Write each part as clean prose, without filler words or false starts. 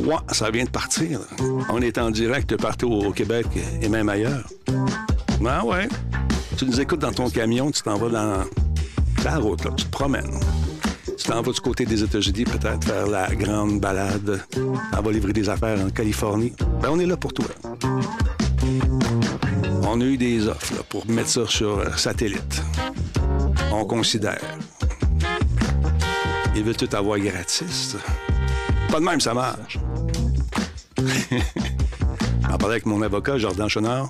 Ouais, ça vient de partir. Là. On est en direct partout au Québec et même ailleurs. Ben ouais. Tu nous écoutes dans ton camion, tu t'en vas dans la route, là, tu te promènes. Tu t'en vas du côté des États-Unis, peut-être faire la grande balade. On va livrer des affaires en Californie. Ben on est là pour toi. On a eu des offres là, pour mettre ça sur satellite. On considère. Ils veulent tout avoir gratis. Pas de même, ça marche. J'en parlais avec mon avocat, Jordan Chenard.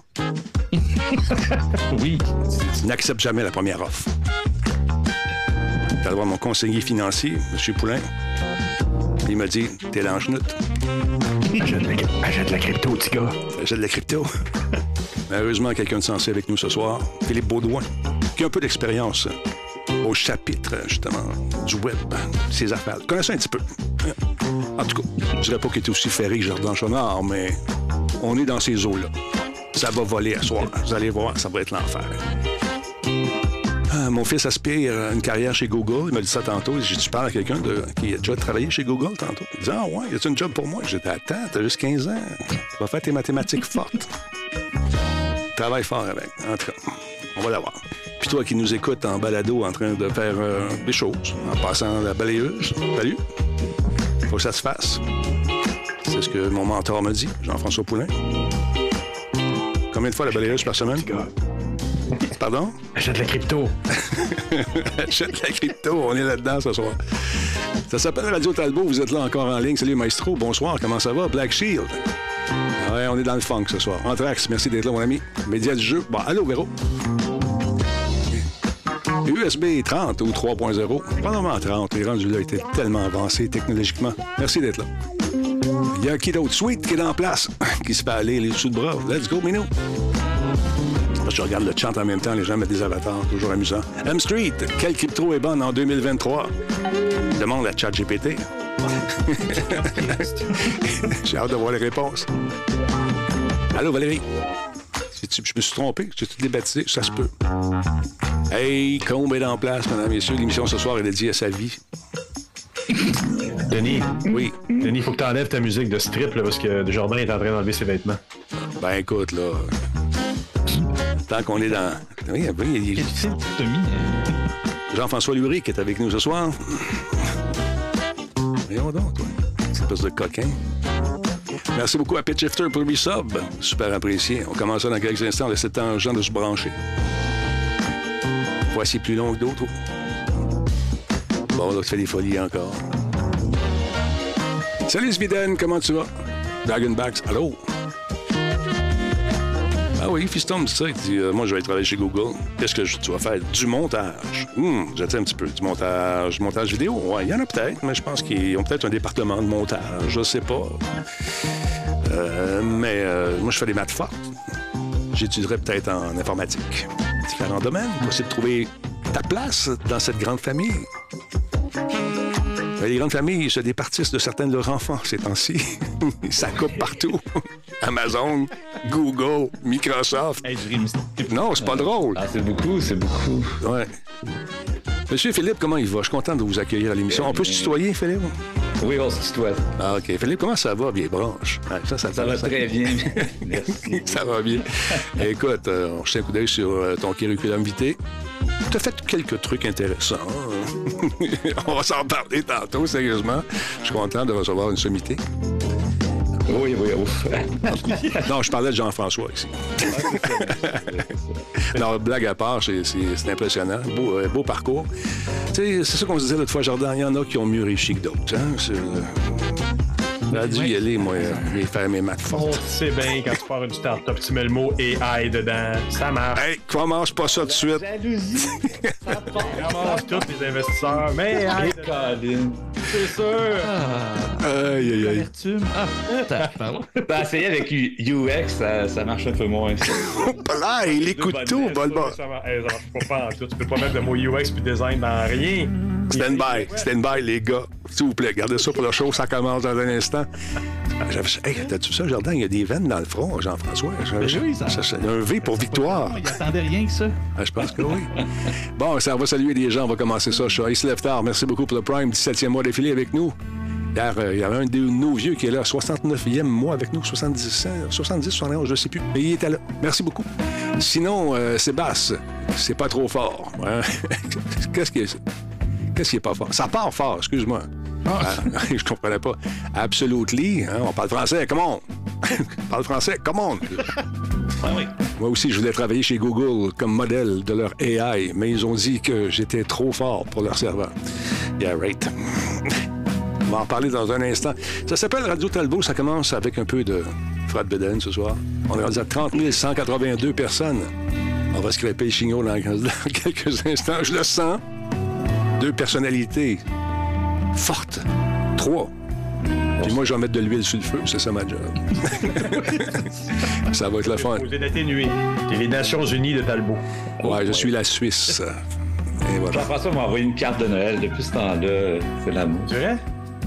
Oui. Tu n'acceptes jamais la première offre. T'as voir mon conseiller financier, M. Poulain. Il m'a dit, t'es l'enchenoute. Achète la crypto, petit gars. Achète de la crypto. Heureusement, quelqu'un de sensé avec nous ce soir, Philippe Baudouin, qui a un peu d'expérience au chapitre, justement, du web, ses affaires. Tu connais ça un petit peu. En tout cas, je dirais pas qu'il est aussi ferré que Jordan Chenard, mais on est dans ces eaux-là. Ça va voler à soir. Vous allez voir, ça va être l'enfer. Mon fils aspire à une carrière chez Google. Il m'a dit ça tantôt. Tu parles à quelqu'un qui a déjà travaillé chez Google tantôt. Il dit, ah ouais, y a-tu une job pour moi? J'ai dit, attends, t'as juste 15 ans. Tu vas faire tes mathématiques fortes. Travaille fort avec. En tout cas, on va l'avoir. Puis toi qui nous écoutes en balado en train de faire des choses, en passant la balayeuse, salut. Faut que ça se fasse. C'est ce que mon mentor m'a dit, Jean-François Poulain. Combien de fois la balayeuse par semaine? Pardon? Achète la crypto. Achète la crypto, on est là-dedans ce soir. Ça s'appelle Radio Talbot, vous êtes là encore en ligne. Salut Maestro, bonsoir, comment ça va? Black Shield. Ouais, on est dans le funk ce soir. Anthrax, merci d'être là, mon ami. Média du jeu. Bon, allô, Véro. USB 30 ou 3.0. Probablement 30. Les rendus là étaient tellement avancés technologiquement. Merci d'être là. Il y a qui d'autre? Sweet qui est en place, qui se fait aller les dessous de bras. Let's go, Minou. Je regarde le chat en même temps, les gens mettent des avatars, toujours amusant. M Street, quelle crypto est bonne en 2023? Demande à ChatGPT. J'ai hâte de voir les réponses. Allô, Valérie? Je me suis trompé, j'ai tout débaptisé, ça se peut. Hey, Combe est en place, mesdames et messieurs. L'émission ce soir est dédiée à sa vie. Denis. Oui. Denis, il faut que tu enlèves ta musique de strip là, parce que Jordan est en train d'enlever ses vêtements. Ben écoute, là. Tant qu'on est dans. Oui, oui, Jean-François Lurie qui est avec nous ce soir. Voyons donc, toi. Espèce de coquin. Merci beaucoup à Pitch Shifter pour le resub. Super apprécié. On commence ça dans quelques instants. Laissez le temps aux gens de se brancher. Voici plus long que d'autres. Bon, là, tu fais des folies encore. Salut Sviden, comment tu vas? Dragonbacks, allô? Ah oui, Fiston me dit ça. Il dit, moi, je vais travailler chez Google. Qu'est-ce que tu vas faire? Du montage. J'attends un petit peu. Du montage vidéo. Ouais, il y en a peut-être, mais je pense qu'ils ont peut-être un département de montage. Je sais pas. Mais moi, je fais des maths fortes. J'étudierais peut-être en informatique. Différents domaines. Possible de trouver ta place dans cette grande famille. Les grandes familles se départissent de certains de leurs enfants ces temps-ci. Ça coupe partout. Amazon, Google, Microsoft. Hey, non, c'est pas drôle. Ah, c'est beaucoup. Ouais. Monsieur Philippe, comment il va? Je suis content de vous accueillir à l'émission. On peut se tutoyer, Philippe? Oui, on se tutoie. Ah, OK. Philippe, comment ça va, vieille branche? Ça va très bien. Merci. Ça va bien. Écoute, on jette un coup d'œil sur ton curriculum vitae. Tu as fait quelques trucs intéressants. On va s'en parler tantôt, sérieusement. Je suis content de recevoir une sommité. Oui, ouf. Non, je parlais de Jean-François ici. Alors, blague à part, c'est impressionnant. Beau parcours. Tu sais, c'est ça qu'on se disait l'autre fois, Jordan. Il y en a qui ont mieux réussi que d'autres. Hein? J'ai dû y aller, moi, faire mes maths fortes. C'est bien quand tu pars une start-up, tu mets le mot AI dedans. Ça marche. Hey, commence pas ça tout de suite. Jalousie. Ça Commence tous les investisseurs. Mais AI dedans. C'est sûr. Aïe. Amertume. Pardon. Ben, essayer avec UX, ça marche un peu moins. Là, il écoute tout. Ça marche pas en tout. Tu peux pas mettre le mot UX puis design dans rien. Stand by, les gars. S'il vous plaît, gardez ça pour le show, ça commence dans un instant. Hey, t'as-tu ça, Jordan? Il y a des veines dans le front, Jean-François. Oui, ça. C'est un V pour victoire. Il attendait rien que ça. Je pense que oui. Bon, ça va saluer des gens. On va commencer ça. Ice Leftar, merci beaucoup pour le Prime. 17e mois défilé avec nous. Hier, il y avait un de nos vieux qui est là, 69e mois avec nous, 70 ans, 70, 71, je ne sais plus. Mais il était là. Merci beaucoup. Sinon, Sébastien, c'est pas trop fort. Hein? Qu'est-ce qui est pas fort? Ça part fort, excuse-moi. Je comprenais pas. Absolutely. Hein? On parle français, come on! On parle français, come on! Oui. Moi aussi, je voulais travailler chez Google comme modèle de leur AI, mais ils ont dit que j'étais trop fort pour leur serveur. Yeah, right. On va en parler dans un instant. Ça s'appelle Radio Talbot. Ça commence avec un peu de Fred Beden ce soir. On est rendu à 30 182 personnes. On va scraper le chignot dans quelques instants. Je le sens. 2 personnalités fortes. 3. Puis moi, je vais mettre de l'huile sur le feu. C'est ça ma job. Ça va être le fun. Vous êtes atténué. C'est les Nations Unies de Talbot. Ouais, je suis la Suisse. Et voilà. Jean-François m'a envoyé une carte de Noël depuis ce temps-là. C'est l'amour. C'est vrai?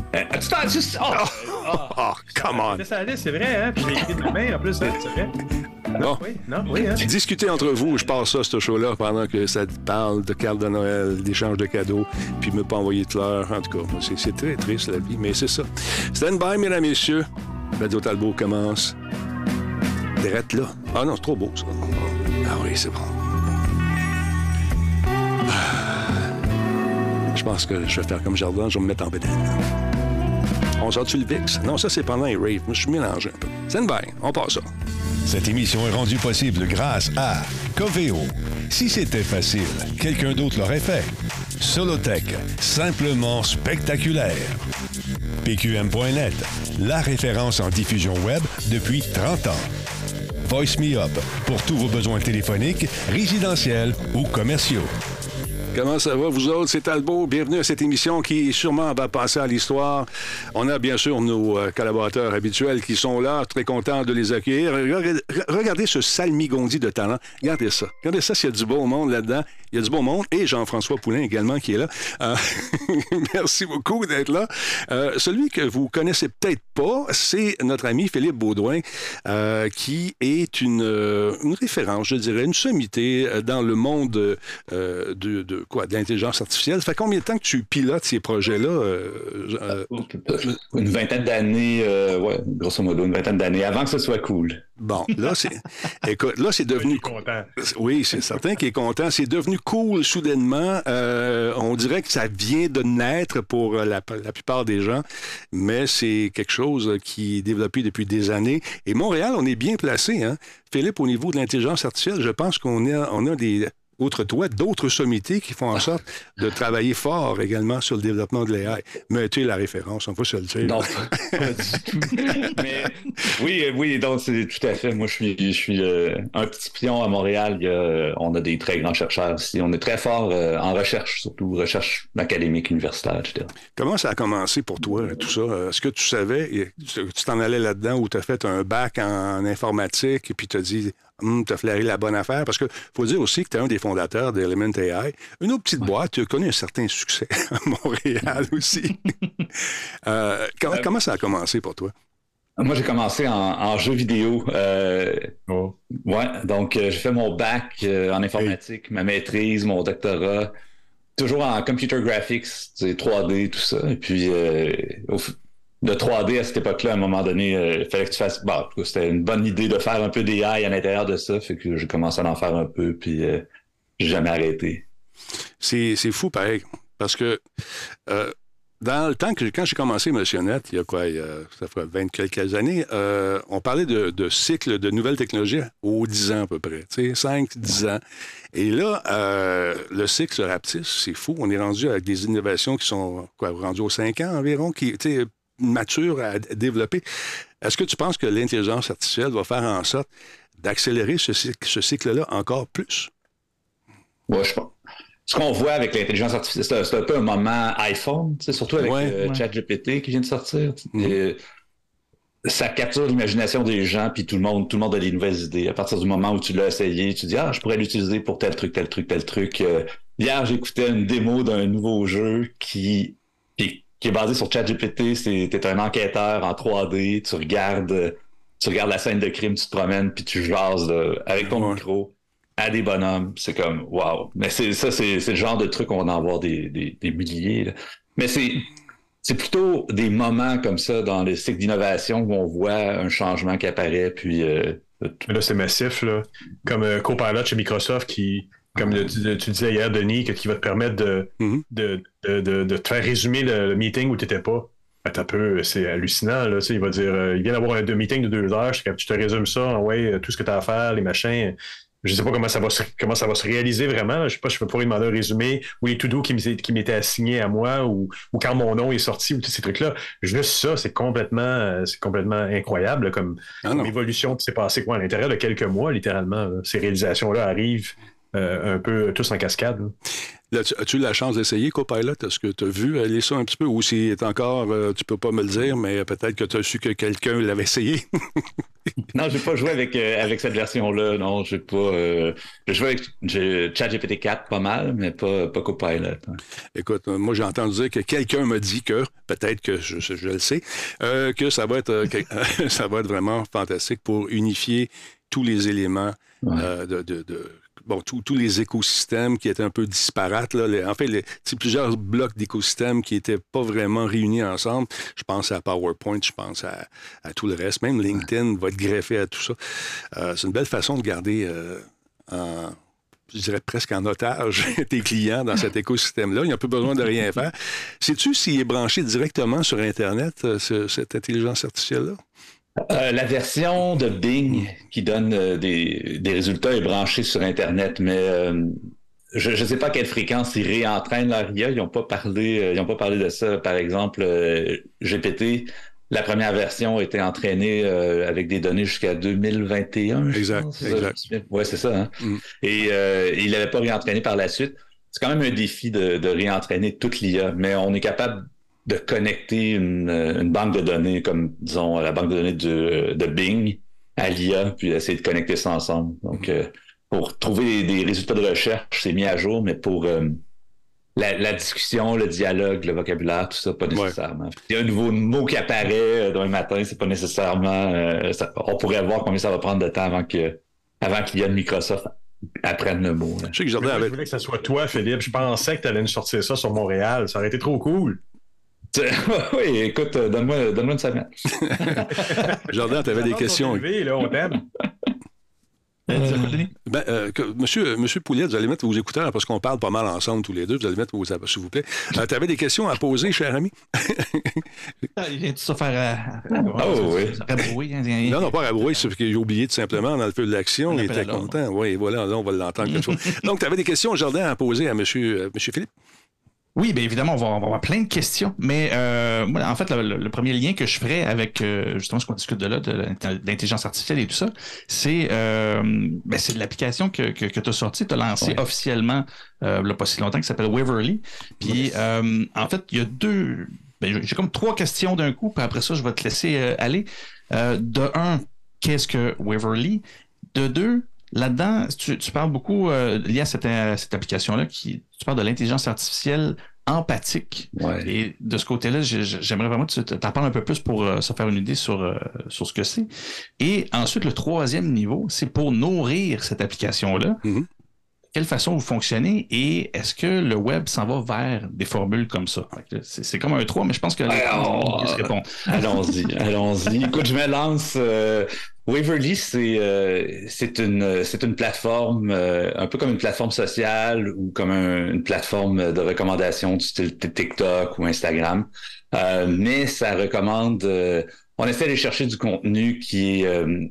Oh, come on! C'est vrai, hein? Puis j'ai écrit de ma main, en plus, hein? C'est vrai? Bon. Oui, hein? Discutez entre vous, je passe ça, ce show-là, pendant que ça parle de cartes de Noël, d'échange de cadeaux, puis me pas envoyer de fleurs. En tout cas, c'est très triste, la vie, mais c'est ça. Stand by, mesdames et messieurs. Radio Talbot commence. Direct là. Ah non, c'est trop beau, ça. Ah oui, c'est bon. Je pense que je vais faire comme Jardin, je vais me mettre en bédaine. On sort-tu le VIX? Non, ça, c'est pendant les raves. Je suis mélangé un peu. Stand by, on passe ça. Cette émission est rendue possible grâce à Coveo. Si c'était facile, quelqu'un d'autre l'aurait fait. Solotech, simplement spectaculaire. PQM.net, la référence en diffusion web depuis 30 ans. Voice Me Up, pour tous vos besoins téléphoniques, résidentiels ou commerciaux. Comment ça va, vous autres? C'est Talbot. Bienvenue à cette émission qui sûrement va passer à l'histoire. On a bien sûr nos collaborateurs habituels qui sont là, très contents de les accueillir. Regardez ce salmigondi de talent. Regardez ça. Regardez ça, s'il y a du beau monde là-dedans. Il y a du beau monde. Et Jean-François Poulin également qui est là. Merci beaucoup d'être là. Celui que vous connaissez peut-être pas, c'est notre ami Philippe Baudouin, qui est une référence, je dirais, une sommité dans le monde de l'intelligence artificielle. Ça fait combien de temps que tu pilotes ces projets-là? Une vingtaine d'années, grosso modo, une vingtaine d'années, avant que ce soit cool. Bon, là, c'est devenu... content. Oui, c'est certain qu'il est content. C'est devenu cool soudainement. On dirait que ça vient de naître pour la plupart des gens, mais c'est quelque chose qui est développé depuis des années. Et Montréal, on est bien placé, hein? Philippe, au niveau de l'intelligence artificielle, je pense qu'on a des... Outre toi, d'autres sommités qui font en sorte de travailler fort également sur le développement de l'AI. Mais tu es la référence, on peut se le dire. Non, pas du tout. Mais oui, donc c'est tout à fait. Moi, je suis un petit pion à Montréal. On a des très grands chercheurs ici. On est très fort en recherche, surtout recherche académique, universitaire, etc. Comment ça a commencé pour toi, tout ça? Est-ce que tu savais, tu t'en allais là-dedans ou tu as fait un bac en informatique et puis tu as dit... tu as flairé la bonne affaire, parce qu'il faut dire aussi que tu es un des fondateurs d'Element AI. Une autre petite boîte, tu as connu un certain succès à Montréal aussi. Comment ça a commencé pour toi? Moi, j'ai commencé en jeux vidéo. Ouais, donc j'ai fait mon bac en informatique, ma maîtrise, mon doctorat, toujours en computer graphics, 3D, tout ça. Et puis, de 3D à cette époque-là, à un moment donné, il fallait que tu fasses... Bon, c'était une bonne idée de faire un peu d'AI à l'intérieur de ça, fait que j'ai commencé à en faire un peu, puis j'ai jamais arrêté. C'est fou, pareil, parce que dans le temps quand j'ai commencé Motionnet, il y a ça fait 20 quelques années, on parlait de cycle de nouvelles technologies aux 10 ans à peu près, tu sais, 5-10 ans. Et là, le cycle se rapetisse, c'est fou. On est rendu avec des innovations qui sont rendues aux 5 ans environ, qui, tu sais, mature à développer. Est-ce que tu penses que l'intelligence artificielle va faire en sorte d'accélérer ce cycle-là encore plus? Oui, je pense. Ce qu'on voit avec l'intelligence artificielle, c'est un peu un moment iPhone, surtout avec ChatGPT qui vient de sortir. Et ça capture l'imagination des gens, puis tout le monde a des nouvelles idées. À partir du moment où tu l'as essayé, tu dis « Ah, je pourrais l'utiliser pour tel truc, tel truc, tel truc. » Hier, j'écoutais une démo d'un nouveau jeu qui est basé sur ChatGPT. T'es un enquêteur en 3D, tu regardes la scène de crime, tu te promènes, puis tu jases avec ton micro à des bonhommes. C'est comme, wow. Mais c'est le genre de truc qu'on va en avoir des milliers. Là. Mais c'est plutôt des moments comme ça dans les cycles d'innovation où on voit un changement qui apparaît, puis... Là, c'est massif, là. Comme Copilot chez Microsoft qui, comme tu disais hier, Denis, qui va te permettre de te faire résumer le meeting où tu n'étais pas. Attends un peu, c'est hallucinant, là. Il va dire, il vient d'avoir un meeting de 2 heures, je te résume ça, tout ce que tu as à faire, les machins. Je ne sais pas comment ça va se réaliser vraiment. Là. Je ne sais pas, je peux pas lui demander un résumé ou les to-do qui m'étaient assignés à moi ou quand mon nom est sorti ou tous ces trucs-là. Juste ça, c'est complètement incroyable comme évolution qui s'est passée à l'intérieur de quelques mois, littéralement. Là. Ces réalisations-là arrivent un peu tous en cascade. Là. Là, as-tu eu la chance d'essayer Copilot? Est-ce que tu as vu aller ça un petit peu? Ou si c'est encore, tu peux pas me le dire, mais peut-être que tu as su que quelqu'un l'avait essayé? Non, j'ai pas joué avec cette version-là. Non, j'ai pas. J'ai joué avec ChatGPT 4 pas mal, mais pas Copilot. Hein. Écoute, moi j'ai entendu dire que quelqu'un m'a dit que, peut-être que je le sais, que ça va être ça va être vraiment fantastique pour unifier tous les éléments tous les écosystèmes qui étaient un peu disparates. Là. En fait, plusieurs blocs d'écosystèmes qui n'étaient pas vraiment réunis ensemble. Je pense à PowerPoint, je pense à tout le reste. Même LinkedIn va être greffé à tout ça. C'est une belle façon de garder je dirais presque en otage tes clients dans cet écosystème-là. Ils n'ont plus besoin de rien faire. Sais-tu s'il est branché directement sur Internet, cette intelligence artificielle-là? La version de Bing qui donne des résultats est branchée sur Internet, mais je ne sais pas à quelle fréquence ils réentraînent leur IA. Ils n'ont pas parlé de ça. Par exemple, GPT, la première version a été entraînée avec des données jusqu'à 2021. Exact. Oui, c'est ça. Hein? Et il n'avait pas réentraîné par la suite. C'est quand même un défi de réentraîner toute l'IA, mais on est capable de connecter une banque de données comme, disons, la banque de données de Bing à l'IA, puis essayer de connecter ça ensemble. Donc, pour trouver des résultats de recherche, c'est mis à jour, mais pour la discussion, le dialogue, le vocabulaire, tout ça, pas nécessairement. Ouais. Il y a un nouveau mot qui apparaît demain matin, c'est pas nécessairement... on pourrait voir combien ça va prendre de temps avant que l'IA de Microsoft apprenne le mot. Je sais que je voulais que ça soit toi, Philippe. Je pensais que tu allais nous sortir ça sur Montréal. Ça aurait été trop cool. Oui, écoute, donne-moi une semaine. Jardin, tu avais des questions. Là, on t'aime. Monsieur Pouliot, vous allez mettre vos écouteurs parce qu'on parle pas mal ensemble tous les deux. Vous allez mettre vos écouteurs, s'il vous plaît. Tu avais des questions à poser, cher ami? Il vient de se faire rabrouer. Non, pas rabrouer, c'est parce qu'il a oublié tout simplement dans le feu de l'action. Il était content. Oui, voilà, là, on va l'entendre quelque chose. Donc, tu avais des questions, Jardin, à poser à monsieur Philippe? Oui, bien évidemment, on va avoir plein de questions, mais moi, en fait, le premier lien que je ferais avec justement ce qu'on discute de l'intelligence artificielle et tout ça, c'est de l'application que tu as sortie, tu as lancée officiellement il n'y a pas si longtemps, qui s'appelle Waverly. Puis, en fait, il y a j'ai comme 3 questions d'un coup, puis après ça, je vais te laisser aller. De 1, qu'est-ce que Waverly? De 2, là-dedans, tu parles beaucoup lié à cette application-là, tu parles de l'intelligence artificielle empathique. Ouais. Et de ce côté-là, j'aimerais vraiment que tu t'en parles un peu plus pour se faire une idée sur ce que c'est. Et ensuite, le 3e niveau, c'est pour nourrir cette application-là. Mm-hmm. Quelle façon vous fonctionnez et est-ce que le web s'en va vers des formules comme ça? C'est comme un 3, mais je pense que se répond. Allons-y. Écoute, je me lance. Waverly, c'est une plateforme, un peu comme une plateforme sociale ou comme une plateforme de recommandation du style TikTok ou Instagram. Mais ça recommande... on essaie d'aller chercher du contenu qui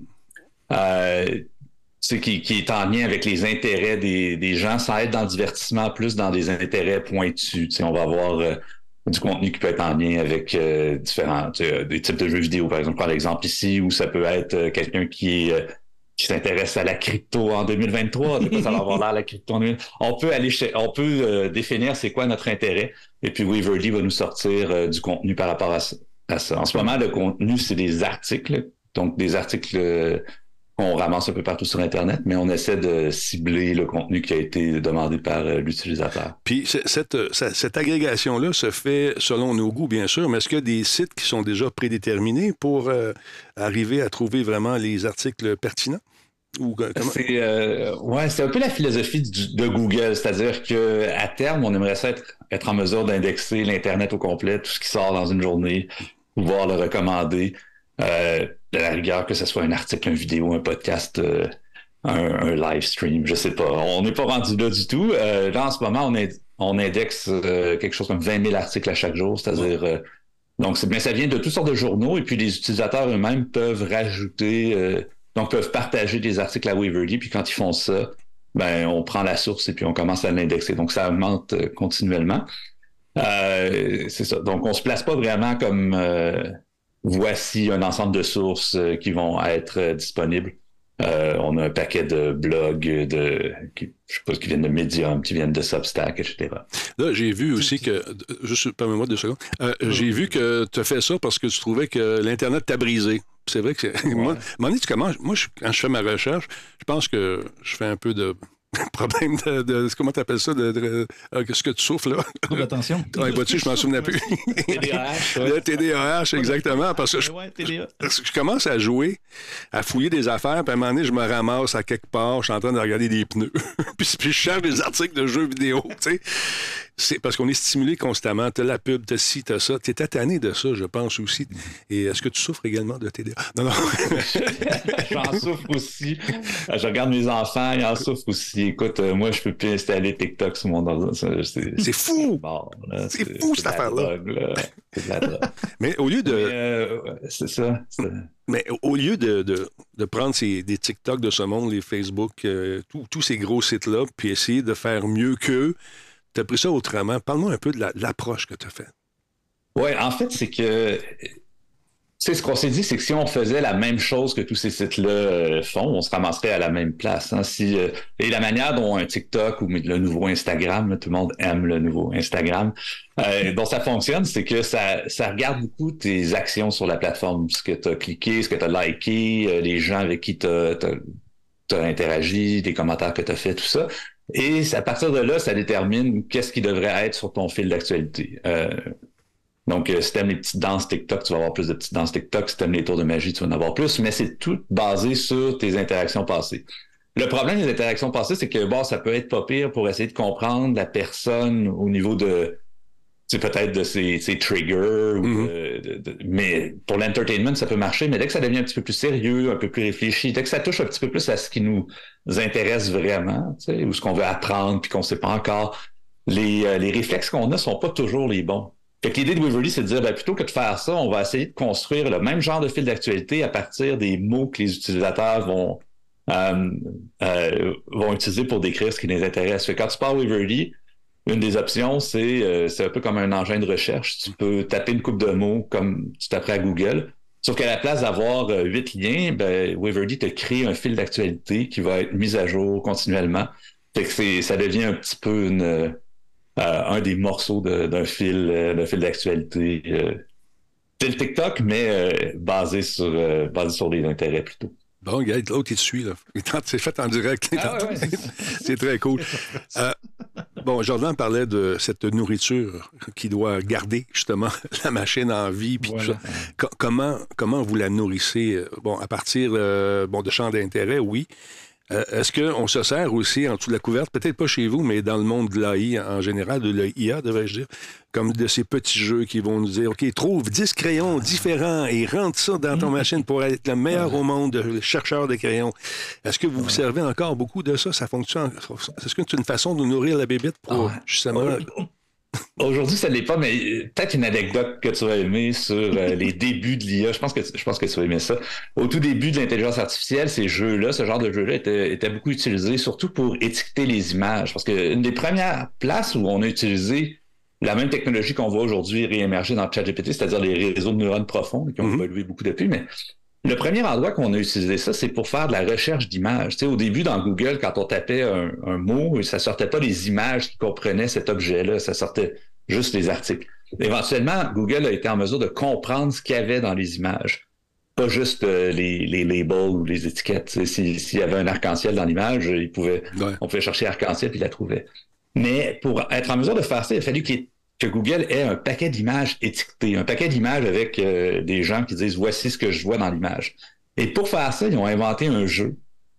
est en lien avec les intérêts des gens, sans être dans le divertissement, plus dans des intérêts pointus. On va avoir du contenu qui peut être en lien avec différents des types de jeux vidéo, par exemple, par exemple ici, où ça peut être quelqu'un qui s'intéresse à la crypto en 2023. De quoi ça va avoir l'air, la crypto en 2023? On peut définir c'est quoi notre intérêt, et puis Waverly va nous sortir du contenu par rapport à ça. En ce moment, le contenu, c'est des articles, donc des articles... on ramasse un peu partout sur Internet, mais on essaie de cibler le contenu qui a été demandé par l'utilisateur. Puis cette agrégation-là se fait selon nos goûts, bien sûr, mais est-ce qu'il y a des sites qui sont déjà prédéterminés pour arriver à trouver vraiment les articles pertinents? C'est un peu la philosophie de Google, c'est-à-dire qu'à terme, on aimerait ça être en mesure d'indexer l'Internet au complet, tout ce qui sort dans une journée, pouvoir le recommander, de la rigueur, que ce soit un article, une vidéo, un podcast, un live stream, je sais pas. On n'est pas rendu là du tout. Là, en ce moment, on indexe quelque chose comme 20 000 articles à chaque jour, c'est-à-dire... mais ça vient de toutes sortes de journaux, et puis les utilisateurs eux-mêmes peuvent rajouter... Donc, peuvent partager des articles à Waverly, puis quand ils font ça, on prend la source et puis on commence à l'indexer. Donc, ça augmente continuellement. C'est ça. Donc, on se place pas vraiment comme voici un ensemble de sources qui vont être disponibles. On a un paquet de blogs, je sais pas, qui viennent de Medium, qui viennent de Substack, etc. Là, j'ai vu aussi que, juste permets-moi 2 secondes, j'ai vu que tu as fait ça parce que tu trouvais que l'Internet t'a brisé. C'est vrai que moi, quand je fais ma recherche, je pense que je fais un peu de problème de comment tu appelles ça, ce que tu souffles là. Trouble d'attention. Ouais, vois-tu, je m'en souvenais plus. TDAH. Le TDAH, exactement. Parce que je commence à jouer, à fouiller des affaires, puis à un moment donné, je me ramasse à quelque part, je suis en train de regarder des pneus. puis je cherche des articles de jeux vidéo, tu sais. C'est parce qu'on est stimulé constamment. T'as la pub, t'as ci, t'as ça. T'es tanné de ça, je pense aussi. Et est-ce que tu souffres également de TDA? Non. J'en souffre aussi. Je regarde mes enfants, ils en souffrent aussi. Écoute, moi, je peux plus installer TikTok sur mon ordinateur. C'est fou! Bon, là, c'est fou, cette affaire-là. C'est de la drogue. Mais au lieu de... c'est ça. Mais au lieu de prendre des TikTok de ce monde, les Facebook, tous ces gros sites-là, puis essayer de faire mieux qu'eux, tu as pris ça autrement. Parle-moi un peu de l'approche que tu as faite. Oui, en fait, c'est que... ce qu'on s'est dit, c'est que si on faisait la même chose que tous ces sites-là font, on se ramasserait à la même place. Hein. Et la manière dont un TikTok ou le nouveau Instagram, là, tout le monde aime le nouveau Instagram, dont ça fonctionne, c'est que ça regarde beaucoup tes actions sur la plateforme, ce que tu as cliqué, ce que tu as liké, les gens avec qui tu as interagi, les commentaires que tu as fait, tout ça. Et à partir de là, ça détermine qu'est-ce qui devrait être sur ton fil d'actualité. Donc, si t'aimes les petites danses TikTok, tu vas avoir plus de petites danses TikTok. Si t'aimes les tours de magie, tu vas en avoir plus. Mais c'est tout basé sur tes interactions passées. Le problème des interactions passées, c'est que ça peut être pas pire pour essayer de comprendre la personne au niveau de, peut-être de ses triggers. Mais pour l'entertainment, ça peut marcher. Mais dès que ça devient un petit peu plus sérieux, un peu plus réfléchi, dès que ça touche un petit peu plus à ce qui nous intéresse vraiment, ou ce qu'on veut apprendre puis qu'on sait pas encore, les réflexes qu'on a sont pas toujours les bons. Fait que l'idée de Waverly, c'est de dire, plutôt que de faire ça, on va essayer de construire le même genre de fil d'actualité à partir des mots que les utilisateurs vont utiliser pour décrire ce qui les intéresse. Fait que quand tu parles Waverly, une des options, c'est un peu comme un engin de recherche. Tu peux taper une couple de mots comme tu taperais à Google. Sauf qu'à la place d'avoir 8 liens, Waverly te crée un fil d'actualité qui va être mis à jour continuellement. Fait que ça devient un petit peu un des morceaux d'un fil d'actualité. C'est le TikTok, mais basé sur des intérêts plutôt. Bon, gars, l'autre, il te suit, là. C'est fait en direct. C'est très cool. Jordan parlait de cette nourriture qui doit garder, justement, la machine en vie. Puis tout ça. Comment vous la nourrissez? À partir de champs d'intérêt, oui. Est-ce qu'on se sert aussi en dessous de la couverte, peut-être pas chez vous, mais dans le monde de l'AI en général, de l'IA, devrais-je dire, comme de ces petits jeux qui vont nous dire, OK, trouve 10 crayons différents et rentre ça dans ton machine pour être le meilleur au monde, le chercheur de crayons. Est-ce que vous vous servez encore beaucoup de ça? Ça fonctionne? Est-ce que c'est une façon de nourrir la bébête pour justement... Aujourd'hui, ça l'est pas, mais peut-être une anecdote que tu vas aimer sur les débuts de l'IA. Je pense que tu vas aimer ça. Au tout début de l'intelligence artificielle, ce genre de jeu-là était beaucoup utilisé, surtout pour étiqueter les images. Parce qu'une des premières places où on a utilisé la même technologie qu'on voit aujourd'hui réémerger dans ChatGPT, c'est-à-dire les réseaux de neurones profonds, qui ont évolué beaucoup depuis, mais le premier endroit qu'on a utilisé ça, c'est pour faire de la recherche d'images. Tu sais, au début, dans Google, quand on tapait un mot, ça sortait pas les images qui comprenaient cet objet-là, ça sortait juste les articles. Éventuellement, Google a été en mesure de comprendre ce qu'il y avait dans les images. Pas juste les labels ou les étiquettes. S'il y avait un arc-en-ciel dans l'image, on pouvait chercher arc-en-ciel puis il la trouvait. Mais pour être en mesure de faire ça, il a fallu que Google ait un paquet d'images étiquetées, un paquet d'images avec des gens qui disent « voici ce que je vois dans l'image ». Et pour faire ça, ils ont inventé un jeu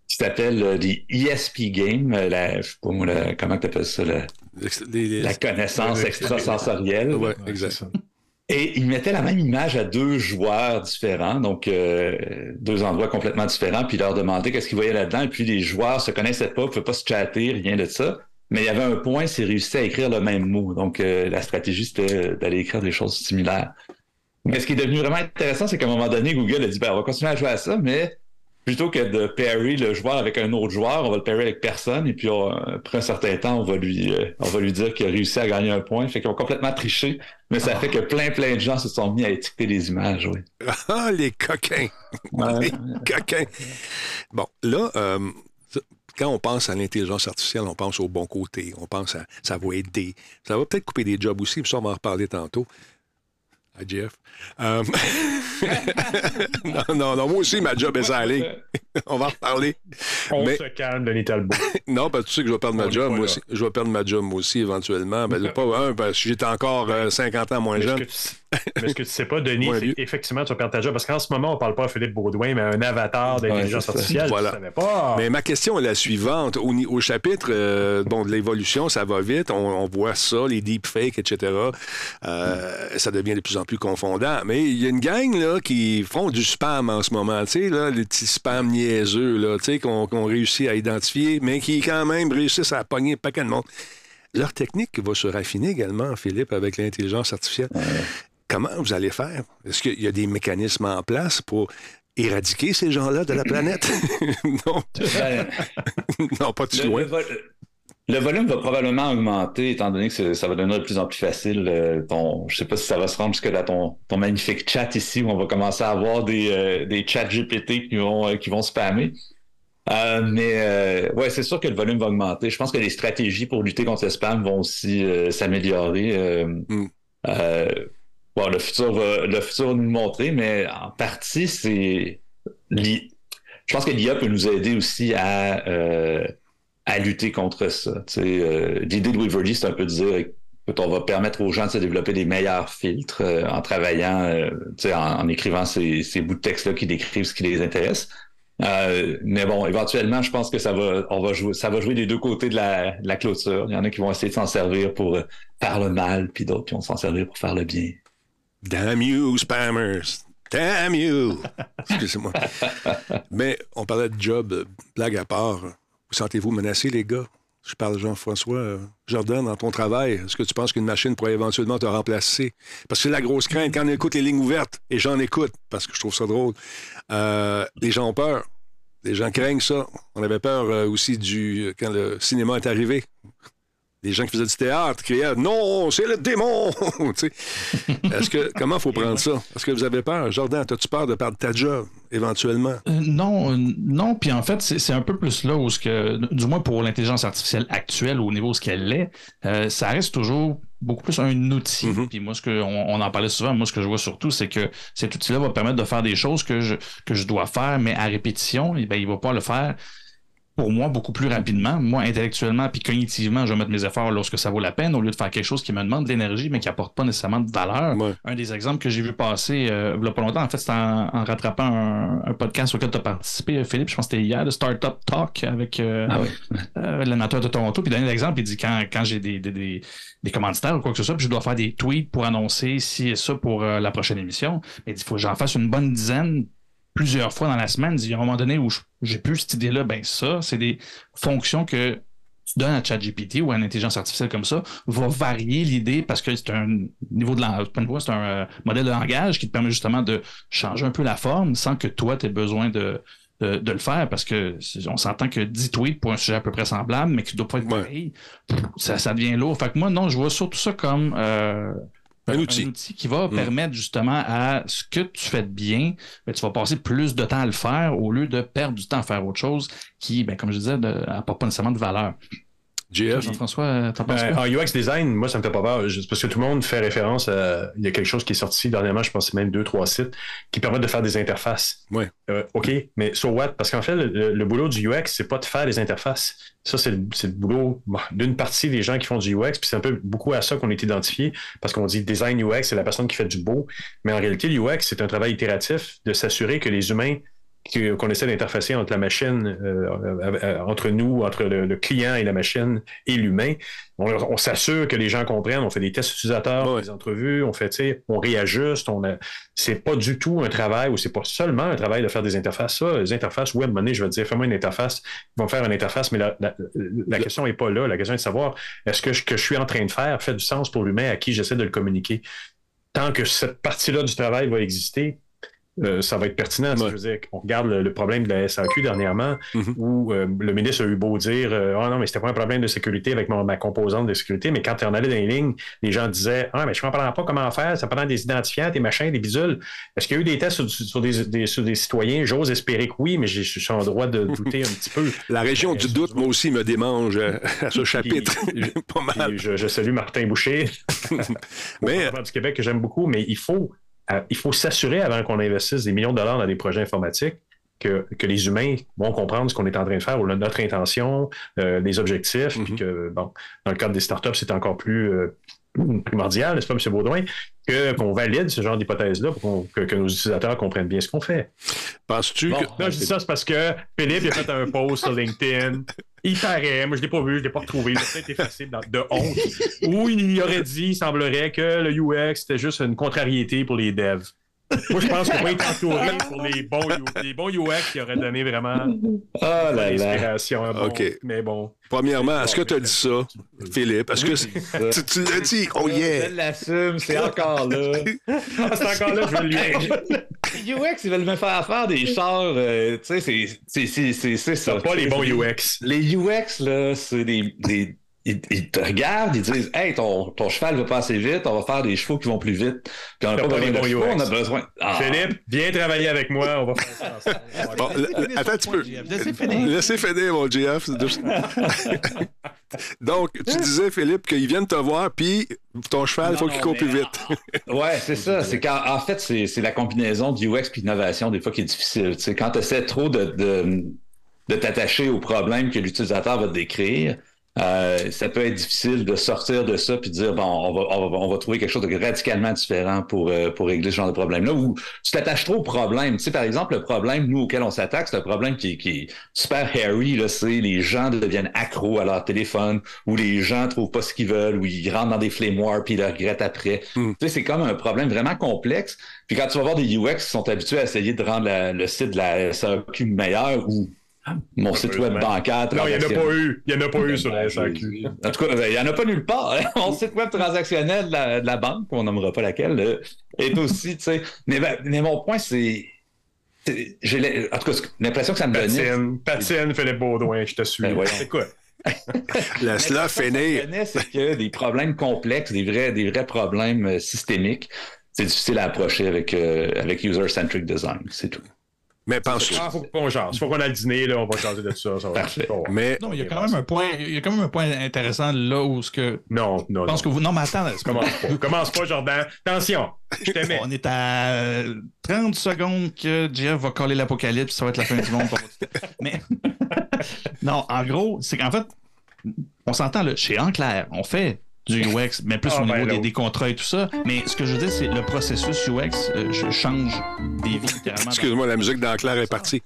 qui s'appelle des ESP Games, je sais pas moi, comment tu appelles ça, la connaissance extrasensorielle. Oui, exact. Et ils mettaient la même image à 2 joueurs différents, donc 2 endroits complètement différents, puis ils leur demandaient qu'est-ce qu'ils voyaient là-dedans, et puis les joueurs se connaissaient pas, ne pouvaient pas se chatter, rien de ça. Mais il y avait un point, c'est réussi à écrire le même mot. Donc la stratégie, c'était d'aller écrire des choses similaires. Mais ce qui est devenu vraiment intéressant, c'est qu'à un moment donné, Google a dit on va continuer à jouer à ça, mais plutôt que de parry le joueur avec un autre joueur, on va le parry avec personne, et puis après un certain temps, on va lui dire qu'il a réussi à gagner un point. Fait qu'ils ont complètement triché, mais ça fait que plein de gens se sont mis à étiqueter les images, oui. Ah, les coquins! Ouais. Les coquins! Bon, là, quand on pense à l'intelligence artificielle, on pense au bon côté, on pense à ça va aider. Ça va peut-être couper des jobs aussi, puis ça, on va en reparler tantôt. Hi, Jeff. Non, moi aussi, ma job est ça aller. On va en reparler. On se calme, Denis Talbot. Non, parce que tu sais que je vais perdre ma job, moi aussi. Je vais perdre ma job, moi aussi, éventuellement. Ben, pas parce que j'étais encore 50 ans moins jeune. Mais ce que tu sais pas, Denis, c'est qu'effectivement, tu vas perdre ta job. Parce qu'en ce moment, on parle pas à Philippe Baudouin, mais à un avatar d'intelligence artificielle. Voilà. Tu savais pas. Mais ma question est la suivante. Au chapitre de l'évolution, ça va vite. On voit ça, les deepfakes, etc. Ça devient de plus en plus confondant. Mais il y a une gang là, qui font du spam en ce moment. Tu sais, là, les petits spams niaiseux là, tu sais, qu'on réussit à identifier, mais qui quand même réussissent à pogner un paquet de monde. Leur technique va se raffiner également, Philippe, avec l'intelligence artificielle. Comment vous allez faire? Est-ce qu'il y a des mécanismes en place pour éradiquer ces gens-là de la planète? Non. Non, pas tout loin. Le volume va probablement augmenter, étant donné que ça va devenir de plus en plus facile. Je ne sais pas si ça va se rendre jusque dans ton magnifique chat ici, où on va commencer à avoir des chats GPT qui vont spammer. Ouais, c'est sûr que le volume va augmenter. Je pense que les stratégies pour lutter contre le spam vont aussi s'améliorer. Bon, le futur va nous le montrer, mais en partie, je pense que l'IA peut nous aider aussi à lutter contre ça. L'idée de Weaverly, c'est un peu de dire qu'on va permettre aux gens de se développer des meilleurs filtres en travaillant, en écrivant ces bouts de texte-là qui décrivent ce qui les intéresse. Mais bon, éventuellement, je pense que ça va jouer des deux côtés de la clôture. Il y en a qui vont essayer de s'en servir pour faire le mal, puis d'autres qui vont s'en servir pour faire le bien. Damn you, spammers! Damn you! Excusez-moi. Mais on parlait de job, blague à part. Vous sentez-vous menacés, les gars? Je parle de Jean-François Jordan, dans ton travail. Est-ce que tu penses qu'une machine pourrait éventuellement te remplacer? Parce que c'est la grosse crainte. Quand on écoute les lignes ouvertes, et j'en écoute, parce que je trouve ça drôle, les gens ont peur. Les gens craignent ça. On avait peur aussi quand le cinéma est arrivé. Les gens qui faisaient du théâtre criaient « Non, c'est le démon! » Comment il faut prendre ça? Est-ce que vous avez peur? Jordan, as-tu peur de perdre ta job, éventuellement? Non. Puis en fait, c'est un peu plus là où du moins pour l'intelligence artificielle actuelle, au niveau où ce qu'elle est, ça reste toujours beaucoup plus un outil. Puis moi, on en parlait souvent, moi, ce que je vois surtout, c'est que cet outil-là va permettre de faire des choses que je dois faire, mais à répétition, il va pas le faire pour moi beaucoup plus rapidement. Moi, intellectuellement puis cognitivement, je vais mettre mes efforts lorsque ça vaut la peine au lieu de faire quelque chose qui me demande de l'énergie mais qui n'apporte pas nécessairement de valeur. Ouais. Un des exemples que j'ai vu passer il n'y a pas longtemps, en fait, c'était en rattrapant un podcast auquel tu as participé, Philippe, je pense que c'était hier, le Startup Talk avec l'animateur de Toronto. Puis donner l'exemple, il dit quand j'ai des commanditaires ou quoi que ce soit, puis je dois faire des tweets pour annoncer ci et ça pour la prochaine émission, il dit il faut que j'en fasse une bonne dizaine plusieurs fois dans la semaine. Il y a un moment donné où j'ai plus cette idée-là, ça, c'est des fonctions que tu donnes à ChatGPT ou à une intelligence artificielle comme ça, va varier l'idée parce que c'est un niveau de langage, c'est un modèle de langage qui te permet justement de changer un peu la forme sans que toi, tu aies besoin de le faire parce que on s'entend que 10 tweets pour un sujet à peu près semblable, mais qui ne doit pas être pareil, ça devient lourd. Fait que moi, non, je vois surtout ça comme un outil qui va permettre justement à ce que tu fais de bien, tu vas passer plus de temps à le faire au lieu de perdre du temps à faire autre chose qui, comme je disais, n'apporte pas nécessairement de valeur. Jean-François, t'en penses quoi? En UX design, moi, ça me fait pas peur. Parce que tout le monde fait référence à... Il y a quelque chose qui est sorti dernièrement, je pense même 2-3 sites, qui permettent de faire des interfaces. Oui. OK, mais so what? Parce qu'en fait, le boulot du UX, c'est pas de faire des interfaces. Ça, c'est le boulot d'une partie des gens qui font du UX, puis c'est un peu beaucoup à ça qu'on est identifié, parce qu'on dit design UX, c'est la personne qui fait du beau. Mais en réalité, l'UX, c'est un travail itératif de s'assurer que les humains qu'on essaie d'interfacer entre la machine, entre nous, entre le client et la machine et l'humain. On s'assure que les gens comprennent, on fait des tests utilisateurs, des entrevues, on réajuste. C'est pas du tout un travail, ou c'est pas seulement un travail de faire des interfaces. Ça, les interfaces web, je vais te dire, fais-moi une interface, ils vont faire une interface, mais la question n'est pas là. La question est de savoir, est-ce que ce que je suis en train de faire fait du sens pour l'humain à qui j'essaie de le communiquer? Tant que cette partie-là du travail va exister, ça va être pertinent. Ouais. Je veux dire, on regarde le problème de la SAQ dernièrement, où le ministre a eu beau dire non, mais c'était pas un problème de sécurité avec ma composante de sécurité, mais quand on allait dans les lignes, les gens disaient mais je ne comprends pas comment faire, ça prend des identifiants, des machins, des bidules. Est-ce qu'il y a eu des tests sur des citoyens? J'ose espérer que oui, mais je suis en droit de douter un petit peu. La région du doute, moi aussi, me démange à ce chapitre. Pas mal. Je salue Martin Boucher, mais du Québec, que j'aime beaucoup, mais il faut s'assurer, avant qu'on investisse des millions de dollars dans des projets informatiques, que les humains vont comprendre ce qu'on est en train de faire, ou notre intention, les objectifs, puis que, dans le cadre des startups, c'est encore plus primordial, n'est-ce pas, M. Baudouin, qu'on valide ce genre d'hypothèse-là pour que nos utilisateurs comprennent bien ce qu'on fait. Penses-tu que... Non, je dis ça, c'est parce que Philippe a fait un post sur LinkedIn. Il paraît, moi je ne l'ai pas vu, je ne l'ai pas retrouvé, il a peut-être effacé de honte, où il aurait dit, il semblerait que le UX c'était juste une contrariété pour les devs. Moi je pense qu'on va être entouré pour les bons UX qui auraient donné vraiment l'inspiration. Mais bon. Premièrement, est-ce que tu as dit ça, Philippe? Est-ce que tu l'as dit? Oh yeah! Je l'assume, c'est encore là. C'est encore là, je veux lui. Les UX, ils veulent me faire des chars. Tu sais, c'est ça. C'est pas les bons UX. Les UX, là, c'est des ils te regardent, ils disent hey, ton cheval va pas assez vite, on va faire des chevaux qui vont plus vite. Puis on n'a pas besoin de chevaux, on a besoin. Philippe, viens travailler avec moi, on va faire ça. Bon, attends un petit peu. Laissez finir, mon GF. Donc, tu disais, Philippe, qu'ils viennent te voir, puis ton cheval, il faut qu'il court plus vite. Ouais, c'est ça. C'est en fait, c'est la combinaison du UX et d'innovation, des fois, qui est difficile. Tu sais, quand tu essaies trop de t'attacher au problème que l'utilisateur va te décrire, ça peut être difficile de sortir de ça puis de dire bon, on va trouver quelque chose de radicalement différent pour régler ce genre de problème-là. Ou tu t'attaches trop au problème. Tu sais, par exemple, le problème, nous, auquel on s'attaque, c'est un problème qui est super hairy, là, c'est les gens deviennent accros à leur téléphone, ou les gens trouvent pas ce qu'ils veulent, ou ils rentrent dans des flamewards puis ils le regrettent après. Tu sais, c'est comme un problème vraiment complexe. Puis quand tu vas voir des UX qui sont habitués à essayer de rendre le site de la SAQ meilleur, ou mon site web bancaire. Non, il n'y en a pas eu sur la SAQ. En tout cas, il n'y en a pas nulle part. Mon site web transactionnel de la banque, on nommera pas laquelle, est aussi, tu sais. Mais mon point, c'est. J'ai en tout cas, l'impression que ça me donnait. Patine, Philippe Baudouin, je te suis. C'est quoi? Laisse-la finir. C'est que des problèmes complexes, des vrais problèmes systémiques, c'est difficile à approcher avec user-centric design. C'est tout. Mais pense-tu... faut qu'on jase. Faut qu'on aille dîner, là, on va jaser de ça. Parfait. Mais... Non, il y a quand même un point intéressant là où ce que... Non. Que vous... Non, mais attends. Commence pas, Jordan. Attention, je t'aimais. On est à 30 secondes que Jeff va coller l'apocalypse, ça va être la fin du monde. Mais... non, en gros, c'est qu'en fait, on s'entend, là, chez Enclair, on fait du UX, mais plus au niveau des contrats et tout ça. Mais ce que je veux dire, c'est le processus UX change des vies littéralement. Excuse-moi, la musique d'Enclair est partie.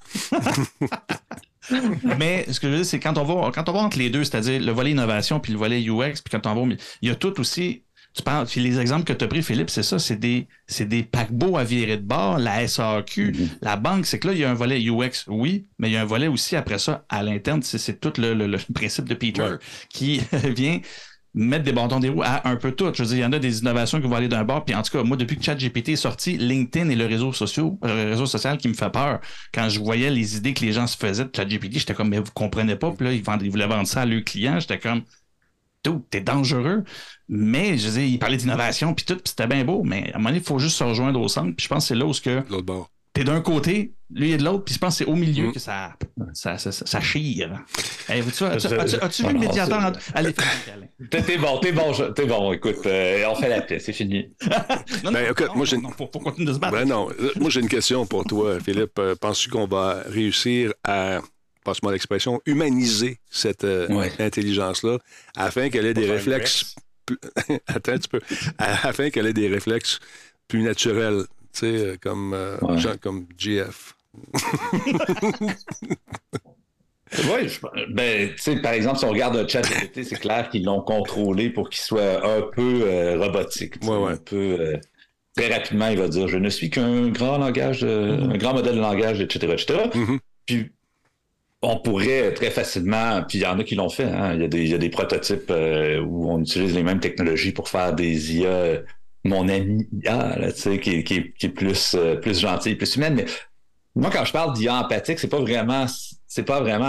Mais ce que je veux dire, c'est quand on va entre les deux, c'est-à-dire le volet innovation puis le volet UX, puis quand on va, il y a tout aussi. Tu parles, puis les exemples que tu as pris, Philippe, c'est ça, c'est des paquebots à virer de bord, la SAQ, la banque, c'est que là, il y a un volet UX, oui, mais il y a un volet aussi après ça, à l'interne, c'est tout le principe de Peter qui vient mettre des bâtons des roues à un peu tout. Je veux dire, il y en a des innovations qui vont aller d'un bord. Puis en tout cas, moi, depuis que ChatGPT est sorti, LinkedIn est le réseau social qui me fait peur. Quand je voyais les idées que les gens se faisaient de ChatGPT, j'étais comme, mais vous comprenez pas. Puis là, ils voulaient vendre ça à leurs clients. J'étais comme, t'es dangereux. Mais, je veux dire, ils parlaient d'innovation, puis tout, puis c'était bien beau. Mais à un moment donné, il faut juste se rejoindre au centre. Puis je pense que c'est là où l'autre bord. T'es d'un côté, lui est de l'autre, puis je pense que c'est au milieu que ça chire. Hey, as-tu vu le médiateur? Allez, T'es bon, écoute, on fait la paix, c'est fini. Faut continuer de se battre. Moi, j'ai une question pour toi, Philippe. Penses-tu qu'on va réussir à, passe-moi l'expression, humaniser cette intelligence-là afin qu'elle ait des réflexes... Attends un petit peu. Afin qu'elle ait des réflexes plus naturels. Tu sais, comme GF. Oui, par exemple, si on regarde ChatGPT, c'est clair qu'ils l'ont contrôlé pour qu'il soit un peu robotique. Un peu très rapidement, il va dire je ne suis qu'un grand langage, un grand modèle de langage, etc. Mm-hmm. Puis on pourrait très facilement, puis il y en a qui l'ont fait, hein, il y a des prototypes où on utilise les mêmes technologies pour faire des IA, mon ami IA, là, qui est plus gentil, plus humaine, mais moi, quand je parle d'IA empathique, c'est pas vraiment c'est pas vraiment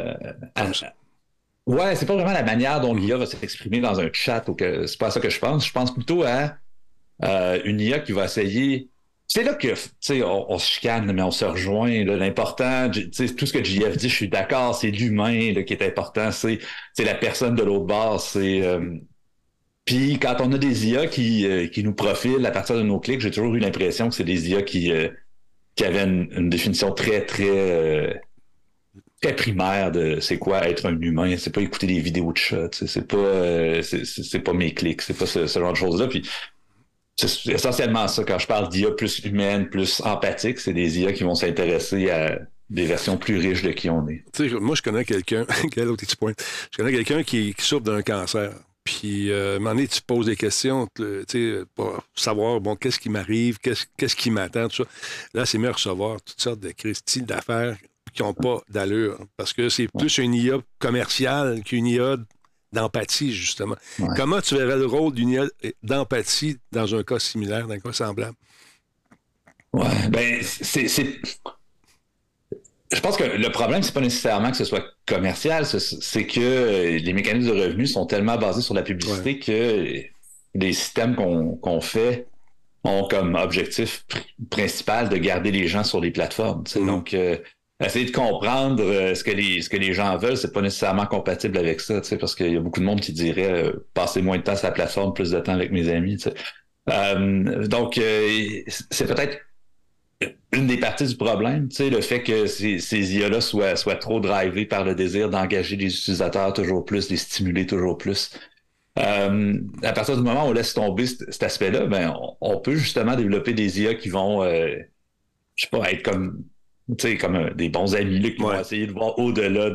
la manière dont l'IA va s'exprimer dans un chat, ou que c'est pas à ça que je pense. Je pense plutôt à une IA qui va essayer. C'est là que on se chicane, mais on se rejoint. Là, l'important, tout ce que JF dit, je suis d'accord, c'est l'humain là, qui est important, c'est la personne de l'autre bord. Puis quand on a des IA qui nous profilent à partir de nos clics, j'ai toujours eu l'impression que c'est des IA qui avaient une définition très, très très primaire de c'est quoi être un humain, c'est pas écouter des vidéos de chats, c'est pas mes clics, c'est pas ce genre de choses-là. Puis c'est essentiellement ça, quand je parle d'IA plus humaine, plus empathique, c'est des IA qui vont s'intéresser à des versions plus riches de qui on est. Moi, je connais quelqu'un, quel autre petit point? Je connais quelqu'un qui souffre d'un cancer. Puis, à un moment donné, tu te poses des questions, pour savoir, bon, qu'est-ce qui m'arrive, qu'est-ce qui m'attend, tout ça. Là, c'est mieux recevoir toutes sortes de Christy d'affaires qui n'ont pas d'allure. Parce que c'est plus une IA commerciale qu'une IA d'empathie, justement. Ouais. Comment tu verrais le rôle d'une IA d'empathie dans un cas similaire, dans un cas semblable? Ouais, ben, je pense que le problème, c'est pas nécessairement que ce soit commercial, c'est que les mécanismes de revenus sont tellement basés sur la publicité que les systèmes qu'on fait ont comme objectif principal de garder les gens sur les plateformes. Donc, essayer de comprendre ce que les gens veulent, c'est pas nécessairement compatible avec ça, parce qu'il y a beaucoup de monde qui dirait passer moins de temps sur la plateforme, plus de temps avec mes amis. Donc, c'est peut-être une des parties du problème, le fait que ces IA-là soient trop drivés par le désir d'engager les utilisateurs toujours plus, les stimuler toujours plus. À partir du moment où on laisse tomber cet aspect-là, ben, on peut justement développer des IA qui vont, je sais pas, être comme des bons amis là, qui vont essayer de voir au-delà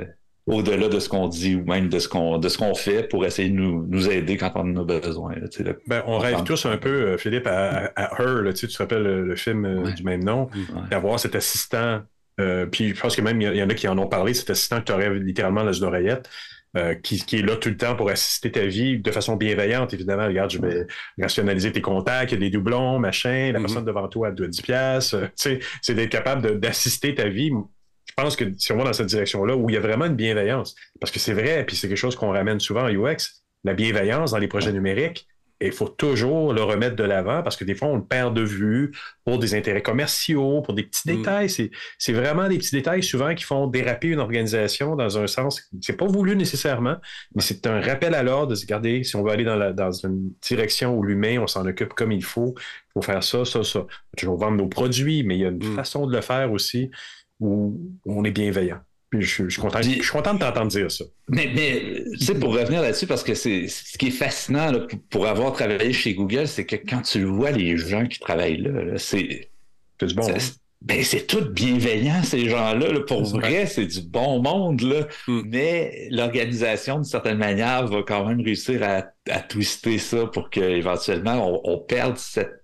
de ce qu'on dit ou même de ce qu'on fait pour essayer de nous aider quand on en a besoin. Là, on rêve tous un peu, Philippe, à Her, là, tu te rappelles le film du même nom, d'avoir cet assistant, puis je pense que même il y en a qui en ont parlé, cet assistant que tu aurais littéralement dans une oreillette, qui est là tout le temps pour assister ta vie de façon bienveillante, évidemment. Regarde, je vais rationaliser tes contacts, il y a des doublons, machin, la personne devant toi, elle doit 10 piastres. C'est d'être capable d'assister ta vie. Je pense que si on va dans cette direction-là, où il y a vraiment une bienveillance, parce que c'est vrai, puis c'est quelque chose qu'on ramène souvent en UX, la bienveillance dans les projets numériques, et il faut toujours le remettre de l'avant, parce que des fois, on le perd de vue pour des intérêts commerciaux, pour des petits détails. C'est vraiment des petits détails souvent qui font déraper une organisation dans un sens, c'est pas voulu nécessairement, mais c'est un rappel à l'ordre de se garder, si on veut aller dans une direction où l'humain, on s'en occupe comme il faut faire ça, ça, ça. On peut toujours vendre nos produits, mais il y a une façon de le faire aussi où on est bienveillant. Puis je suis content de t'entendre dire ça. Mais tu sais, pour revenir là-dessus, parce que ce qui est fascinant là, pour avoir travaillé chez Google, c'est que quand tu vois les gens qui travaillent là c'est du bon. C'est tout bienveillant, ces gens-là. Là. Pour vrai, c'est du bon monde. Là. Mais l'organisation, d'une certaine manière, va quand même réussir à twister ça pour qu'éventuellement, on perde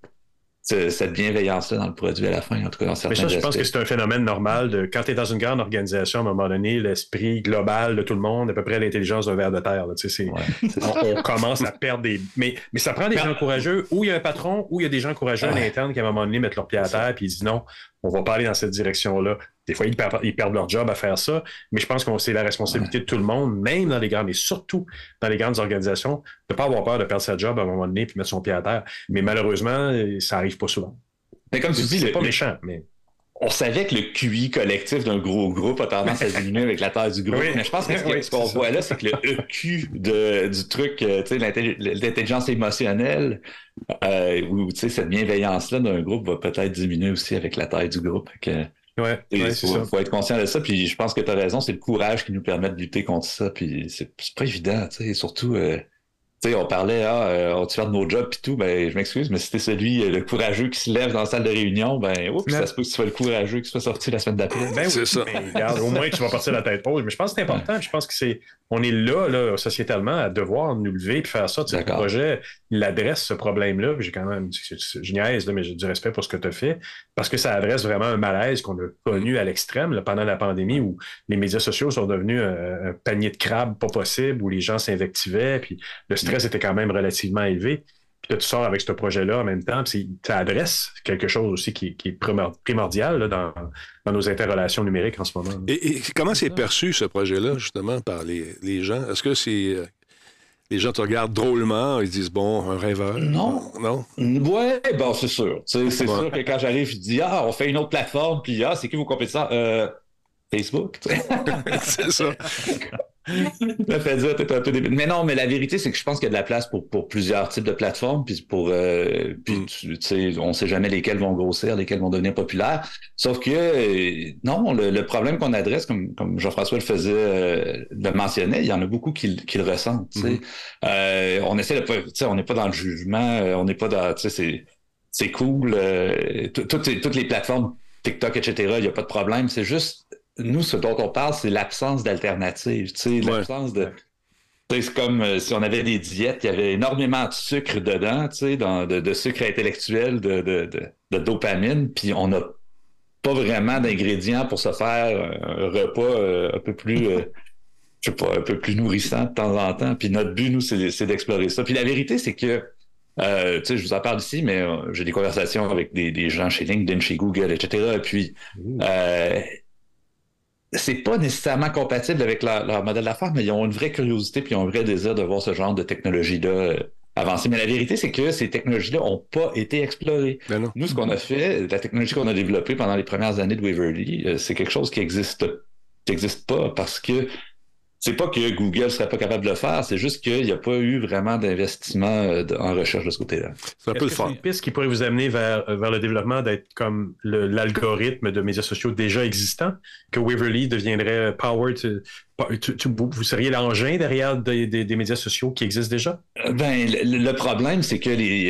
cette bienveillance-là dans le produit à la fin, en tout cas dans certains aspects. Je pense que c'est un phénomène normal quand tu es dans une grande organisation, à un moment donné, l'esprit global de tout le monde, à peu près l'intelligence d'un ver de terre. Là, on commence à perdre des... Mais ça prend des gens courageux, ou il y a un patron, ou il y a des gens courageux à l'interne qui, à un moment donné, mettent leur pied à terre et ils disent non, on va pas aller dans cette direction-là. Des fois, ils perdent leur job à faire ça, mais je pense que c'est la responsabilité de tout le monde, même dans les grandes, mais surtout dans les grandes organisations, de ne pas avoir peur de perdre sa job à un moment donné et mettre son pied à terre. Mais malheureusement, ça n'arrive pas souvent. Mais comme tu dis, c'est pas méchant, mais... On savait que le QI collectif d'un gros groupe a tendance à diminuer avec la taille du groupe, mais je pense que ce qu'on voit là, c'est que le EQ du truc, l'intelligence émotionnelle, ou cette bienveillance-là d'un groupe va peut-être diminuer aussi avec la taille du groupe. Il faut être conscient de ça, puis je pense que tu as raison, c'est le courage qui nous permet de lutter contre ça, puis c'est pas évident, surtout Tu sais, on parlait, on te fait de nos jobs et tout, ben, je m'excuse, mais si t'es le courageux qui se lève dans la salle de réunion, ben, oups, ça se peut que tu sois le courageux qui soit sorti la semaine d'après. Ben oui, ça. Mais regarde, au moins, tu vas partir la tête haute. Mais je pense que c'est important. Je pense que on est là, sociétalement, à devoir nous lever et faire ça. Le projet, il adresse ce problème-là. J'ai quand même, je niaise, là, mais j'ai du respect pour ce que tu as fait. Parce que ça adresse vraiment un malaise qu'on a connu à l'extrême là, pendant la pandémie où les médias sociaux sont devenus un panier de crabes pas possible, où les gens s'invectivaient, puis le stress était quand même relativement élevé. Puis là, tu sors avec ce projet-là en même temps, puis ça adresse quelque chose aussi qui est primordial là, dans nos interrelations numériques en ce moment. Et comment c'est perçu, ce projet-là, justement, par les gens? Est-ce que c'est... les gens te regardent drôlement, ils disent, bon, un rêveur? Non. Non? Ouais, bon, c'est sûr. C'est sûr que quand j'arrive, je dis, on fait une autre plateforme, puis c'est qui vos compétiteurs? Facebook. C'est ça. Ça fait dire, t'es un peu débile. Mais non, mais la vérité, c'est que je pense qu'il y a de la place pour plusieurs types de plateformes, puis tu sais, on sait jamais lesquelles vont grossir, lesquelles vont devenir populaires. Sauf que, non, le problème qu'on adresse, comme Jean-François le mentionnait, il y en a beaucoup qui le ressentent, tu sais. On essaie de pas, tu sais, on n'est pas dans le jugement, on n'est pas dans, tu sais, c'est cool, toutes les plateformes, TikTok, etc., il n'y a pas de problème, c'est juste, nous, ce dont on parle, c'est l'absence d'alternative. Tu sais, l'absence de. C'est comme si on avait des diètes, il y avait énormément de sucre dedans, tu sais, de sucre intellectuel, de dopamine, puis on n'a pas vraiment d'ingrédients pour se faire un repas un peu plus, je sais pas, un peu plus nourrissant de temps en temps. Puis notre but, nous, c'est d'explorer ça. Puis la vérité, c'est que, tu sais, je vous en parle ici, mais j'ai des conversations avec des gens chez LinkedIn, chez Google, etc. Et puis, c'est pas nécessairement compatible avec leur modèle d'affaires, mais ils ont une vraie curiosité puis ils ont un vrai désir de voir ce genre de technologie-là avancer. Mais la vérité, c'est que ces technologies-là n'ont pas été explorées. Nous, ce qu'on a fait, la technologie qu'on a développée pendant les premières années de Waverly, c'est quelque chose qui existe pas parce que c'est pas que Google serait pas capable de le faire, c'est juste qu'il n'y a pas eu vraiment d'investissement en recherche de ce côté-là. C'est un peu le fun. C'est une piste qui pourrait vous amener vers le développement d'être comme l'algorithme de médias sociaux déjà existant, que Waverly deviendrait powered. Vous seriez l'engin derrière des médias sociaux qui existent déjà? Ben, le problème, c'est que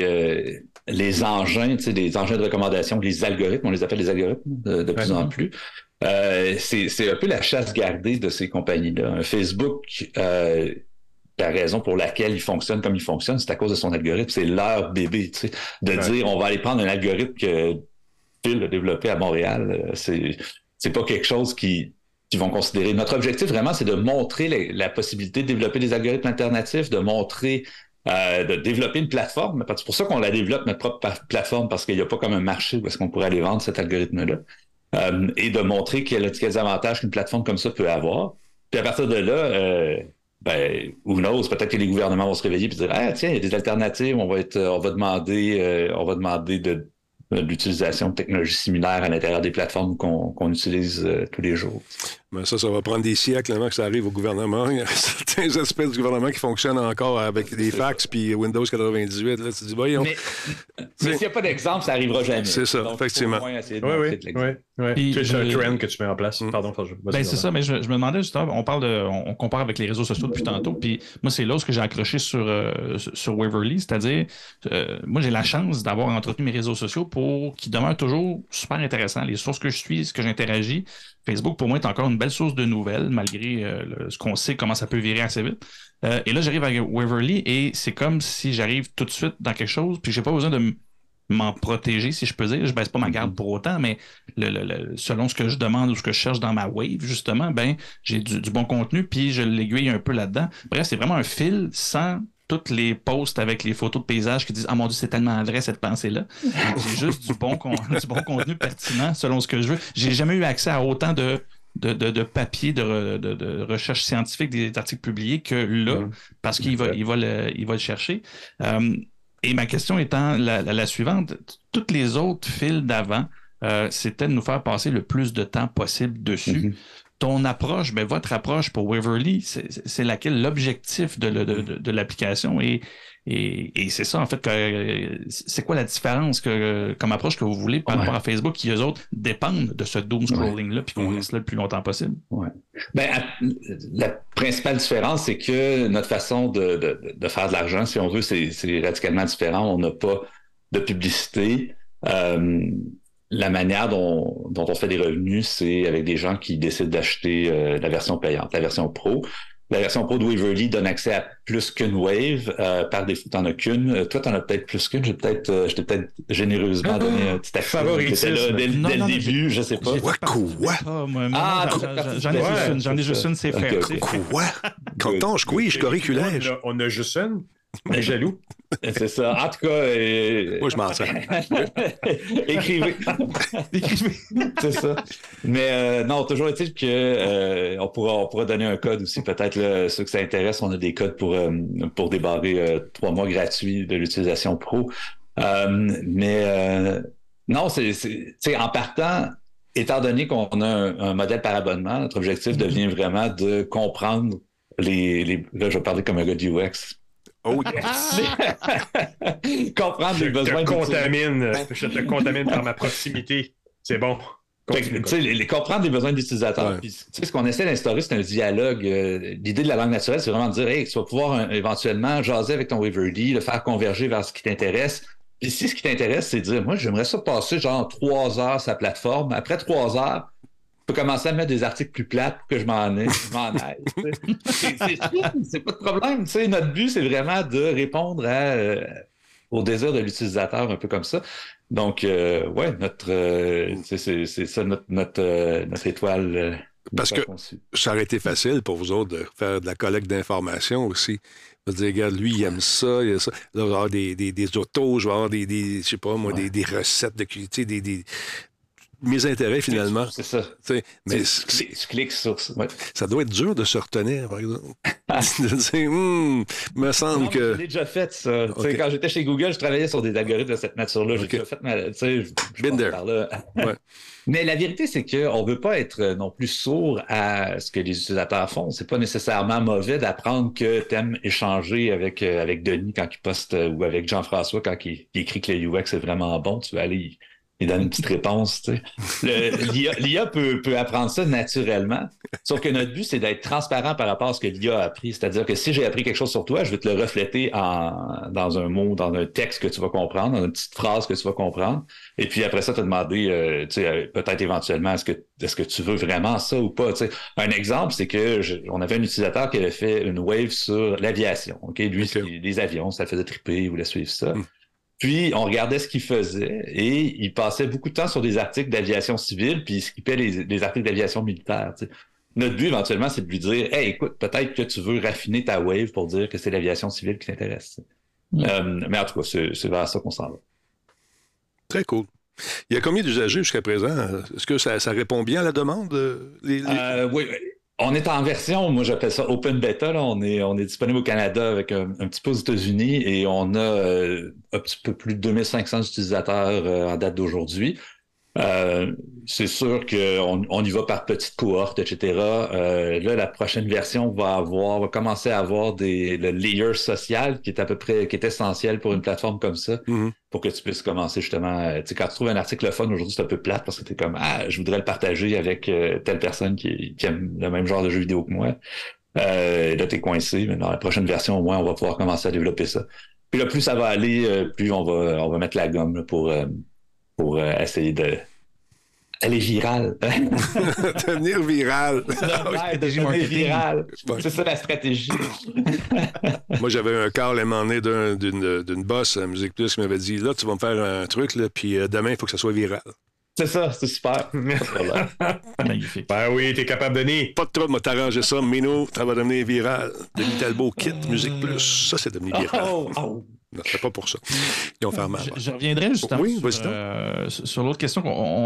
les engins, tu sais, les engins de recommandation, les algorithmes, on les appelle les algorithmes de plus en plus. C'est un peu la chasse gardée de ces compagnies-là. Facebook, la raison pour laquelle ils fonctionnent comme ils fonctionnent, c'est à cause de son algorithme. C'est leur bébé, tu sais. Dire, on va aller prendre un algorithme que Phil a développé à Montréal, c'est pas quelque chose qu'ils vont considérer. Notre objectif, vraiment, c'est de montrer la possibilité de développer des algorithmes alternatifs, de montrer de développer une plateforme. C'est pour ça qu'on la développe, notre propre plateforme, parce qu'il n'y a pas comme un marché où est-ce qu'on pourrait aller vendre cet algorithme-là. Et de montrer quels avantages qu'une plateforme comme ça peut avoir. Puis à partir de là, who knows, peut-être que les gouvernements vont se réveiller et dire tiens, il y a des alternatives, on va demander de l'utilisation de technologies similaires à l'intérieur des plateformes qu'on utilise tous les jours. Mais ça va prendre des siècles avant que ça arrive au gouvernement. Il y a certains aspects du gouvernement qui fonctionnent encore avec des fax puis Windows 98. Là, tu dis, voyons. Mais s'il n'y a pas d'exemple, ça n'arrivera jamais. C'est ça, donc, effectivement. Oui. C'est un trend que tu mets en place. Pardon, c'est ça, mais je me demandais justement, on compare avec les réseaux sociaux depuis tantôt, puis moi, c'est là où j'ai accroché sur Waverly, c'est-à-dire, moi, j'ai la chance d'avoir entretenu mes réseaux sociaux pour qu'ils demeurent toujours super intéressants. Les sources que je suis, ce que j'interagis, Facebook, pour moi, est encore une belle source de nouvelles, malgré ce qu'on sait, comment ça peut virer assez vite. Et là, j'arrive avec Waverly et c'est comme si j'arrive tout de suite dans quelque chose, puis j'ai pas besoin de m'en protéger, si je peux dire. Je baisse pas ma garde pour autant, mais selon ce que je demande ou ce que je cherche dans ma wave, justement, j'ai du bon contenu, puis je l'aiguille un peu là-dedans. Bref, c'est vraiment un fil sans toutes les posts avec les photos de paysages qui disent « Ah mon Dieu, c'est tellement vrai cette pensée-là. » J'ai juste du bon contenu pertinent selon ce que je veux. J'ai jamais eu accès à autant de papiers, de recherche scientifique, des articles publiés que là, parce qu'il va le chercher. Et ma question étant la suivante, toutes les autres fils d'avant c'était de nous faire passer le plus de temps possible dessus. Ton approche, votre approche pour Waverly, c'est laquelle l'objectif de l'application et c'est ça, en fait, c'est quoi la différence comme approche que vous voulez par rapport à Facebook qui, eux autres, dépendent de ce doom scrolling-là puis qu'on reste là le plus longtemps possible? Ouais. La principale différence, c'est que notre façon de faire de l'argent, si on veut, c'est radicalement différent. On n'a pas de publicité. La manière dont on fait des revenus, c'est avec des gens qui décident d'acheter la version payante, la version pro. La version pro de Waverly donne accès à plus qu'une wave. Par défaut, t'en as qu'une. Toi, t'en as peut-être plus qu'une. Je t'ai peut-être généreusement donné un petit accès. Favoritisme. Là, dès le début, je sais pas. J'en ai juste une, c'est fait. Quoi? Quand je couille, je corriculège. On a juste une. On est jaloux. C'est ça. En tout cas, moi, je m'en sers. Écrivez. C'est ça. Mais non, toujours est-il que on pourra donner un code aussi. Peut-être ceux que ça intéresse, on a des codes pour débarrer 3 mois gratuits de l'utilisation pro. Non, c'est en partant, étant donné qu'on a un modèle par abonnement, notre objectif devient vraiment de comprendre là, je vais parler comme un gars du UX. Oh yes! Comprendre les besoins. Je te contamine par ma proximité. C'est bon. Comprendre les besoins de l'utilisateur. Puis, ce qu'on essaie d'instaurer, c'est un dialogue. L'idée de la langue naturelle, c'est vraiment de dire, hey, tu vas pouvoir éventuellement jaser avec ton Waverly, le faire converger vers ce qui t'intéresse. Puis si ce qui t'intéresse, c'est de dire, moi, j'aimerais ça passer genre 3 heures sur la plateforme. Après 3 heures, je peux commencer à mettre des articles plus plates pour que je m'en aille. C'est pas de problème. Notre but, c'est vraiment de répondre au désir de l'utilisateur, un peu comme ça. Donc, c'est ça notre étoile. Parce que ça aurait été facile pour vous autres de faire de la collecte d'informations aussi. Je veux dire, regarde, lui, il aime ça, il aime ça. Là, je vais avoir des autos, je vais avoir je sais pas moi, des recettes de cuisine, mes intérêts, finalement. C'est ça. Mais tu cliques sur ça. Ouais. Ça doit être dur de se retenir, par exemple. De dire, me semble que... J'ai déjà fait ça. Okay. Quand j'étais chez Google, je travaillais sur des algorithmes de cette nature-là. J'ai déjà fait Been there. Par là. Ouais. Mais la vérité, c'est qu'on ne veut pas être non plus sourd à ce que les utilisateurs font. C'est pas nécessairement mauvais d'apprendre que tu aimes échanger avec Denis quand il poste ou avec Jean-François quand il écrit que le UX est vraiment bon. Tu vas aller... Il donne une petite réponse, tu sais. L'IA peut apprendre ça naturellement. Sauf que notre but, c'est d'être transparent par rapport à ce que l'IA a appris. C'est-à-dire que si j'ai appris quelque chose sur toi, je vais te le refléter dans un mot, dans un texte que tu vas comprendre, dans une petite phrase que tu vas comprendre. Et puis après ça, te demander, tu sais, peut-être éventuellement, est-ce que tu veux vraiment ça ou pas? Tu sais, un exemple, c'est que on avait un utilisateur qui avait fait une wave sur l'aviation. OK? Lui, les avions, ça le faisait triper, il voulait suivre ça. Puis, on regardait ce qu'il faisait et il passait beaucoup de temps sur des articles d'aviation civile puis il skippait les articles d'aviation militaire. Tu sais. Notre but, éventuellement, c'est de lui dire « Hey, écoute, peut-être que tu veux raffiner ta wave pour dire que c'est l'aviation civile qui t'intéresse. » Mais en tout cas, c'est vers ça qu'on s'en va. Très cool. Il y a combien d'usagers jusqu'à présent? Est-ce que ça répond bien à la demande? Oui. On est en version, moi j'appelle ça Open Beta, là. On est disponible au Canada avec un petit peu aux États-Unis et on a un petit peu plus de 2500 utilisateurs en date d'aujourd'hui. C'est sûr qu'on y va par petites cohortes, etc. Là, la prochaine version va commencer à avoir le layer social qui est essentiel pour une plateforme comme ça, pour que tu puisses commencer justement. Tu sais, quand tu trouves un article fun aujourd'hui, c'est un peu plate parce que tu es comme je voudrais le partager avec telle personne qui aime le même genre de jeu vidéo que moi. Là, tu es coincé, mais dans la prochaine version, au moins, on va pouvoir commencer à développer ça. Puis là, plus ça va aller, plus on va mettre la gomme là, pour essayer elle est virale. Devenir viral. Devenir viral. C'est ça la stratégie. Moi, j'avais un call à un moment donné d'une boss à Musique Plus qui m'avait dit, là, tu vas me faire un truc, là, puis demain, il faut que ça soit viral. C'est ça, c'est super. Magnifique. Ben oui, t'es capable de nier. Pas de trouble, moi, t'arranger ça. Mino, ça va devenir viral. Denis Talbot quitte Musique Plus. Ça, c'est devenu viral. Non, c'est pas pour ça. Ils ont fait mal. Je reviendrai justement sur l'autre question.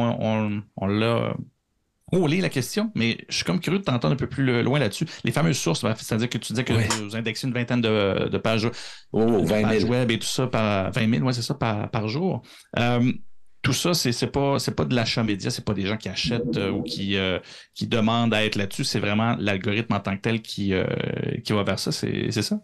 On l'a roulé la question, mais je suis comme curieux de t'entendre un peu plus loin là-dessus. Les fameuses sources, c'est-à-dire que tu disais que vous indexez une vingtaine de pages, 20 000 pages web et tout ça, par 20 000, c'est ça, par jour. tout ça, c'est pas de l'achat média, c'est pas des gens qui achètent ou qui demandent à être là-dessus, c'est vraiment l'algorithme en tant que tel qui va vers ça, c'est ça?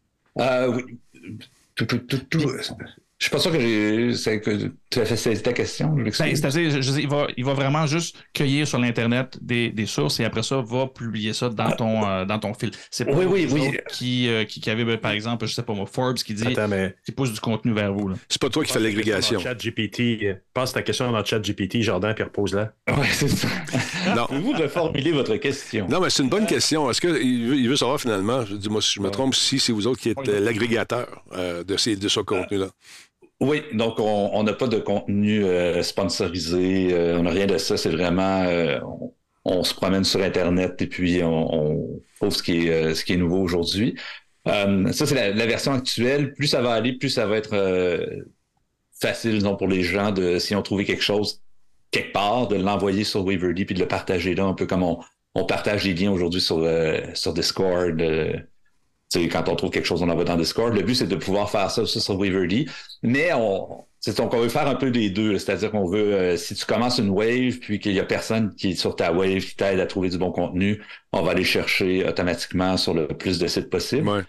Oui. Tout. Je suis pas sûr que tu as fait saisir ta question. C'est-à-dire, il va vraiment juste cueillir sur l'Internet des sources et après ça, va publier ça dans ton fil. C'est pas qui avait, par exemple, je sais pas moi, Forbes qui dit qui pousse du contenu vers vous. Là. C'est pas toi qui fais l'agrégation. ChatGPT, passe ta question dans ChatGPT, Jordan, puis repose-la. Oui, c'est ça. Pouvez-vous reformuler votre question? Non, mais c'est une bonne question. Est-ce qu'il veut savoir finalement, dis-moi si je me trompe, si c'est vous autres qui êtes l'agrégateur de ce contenu-là? Oui, donc on n'a pas de contenu sponsorisé, on n'a rien de ça, c'est vraiment on se promène sur Internet et puis on trouve ce qui est nouveau aujourd'hui. Ça, c'est la version actuelle. Plus ça va aller, plus ça va être facile, disons, pour les gens si on trouvait quelque chose quelque part, de l'envoyer sur Waverly puis de le partager là, un peu comme on partage les liens aujourd'hui sur Discord. Quand on trouve quelque chose, on envoie dans Discord. Le but, c'est de pouvoir faire ça aussi sur Waverly. Mais on veut faire un peu des deux. C'est-à-dire qu'on veut, si tu commences une wave, puis qu'il y a personne qui est sur ta wave qui t'aide à trouver du bon contenu, on va aller chercher automatiquement sur le plus de sites possible. Ouais.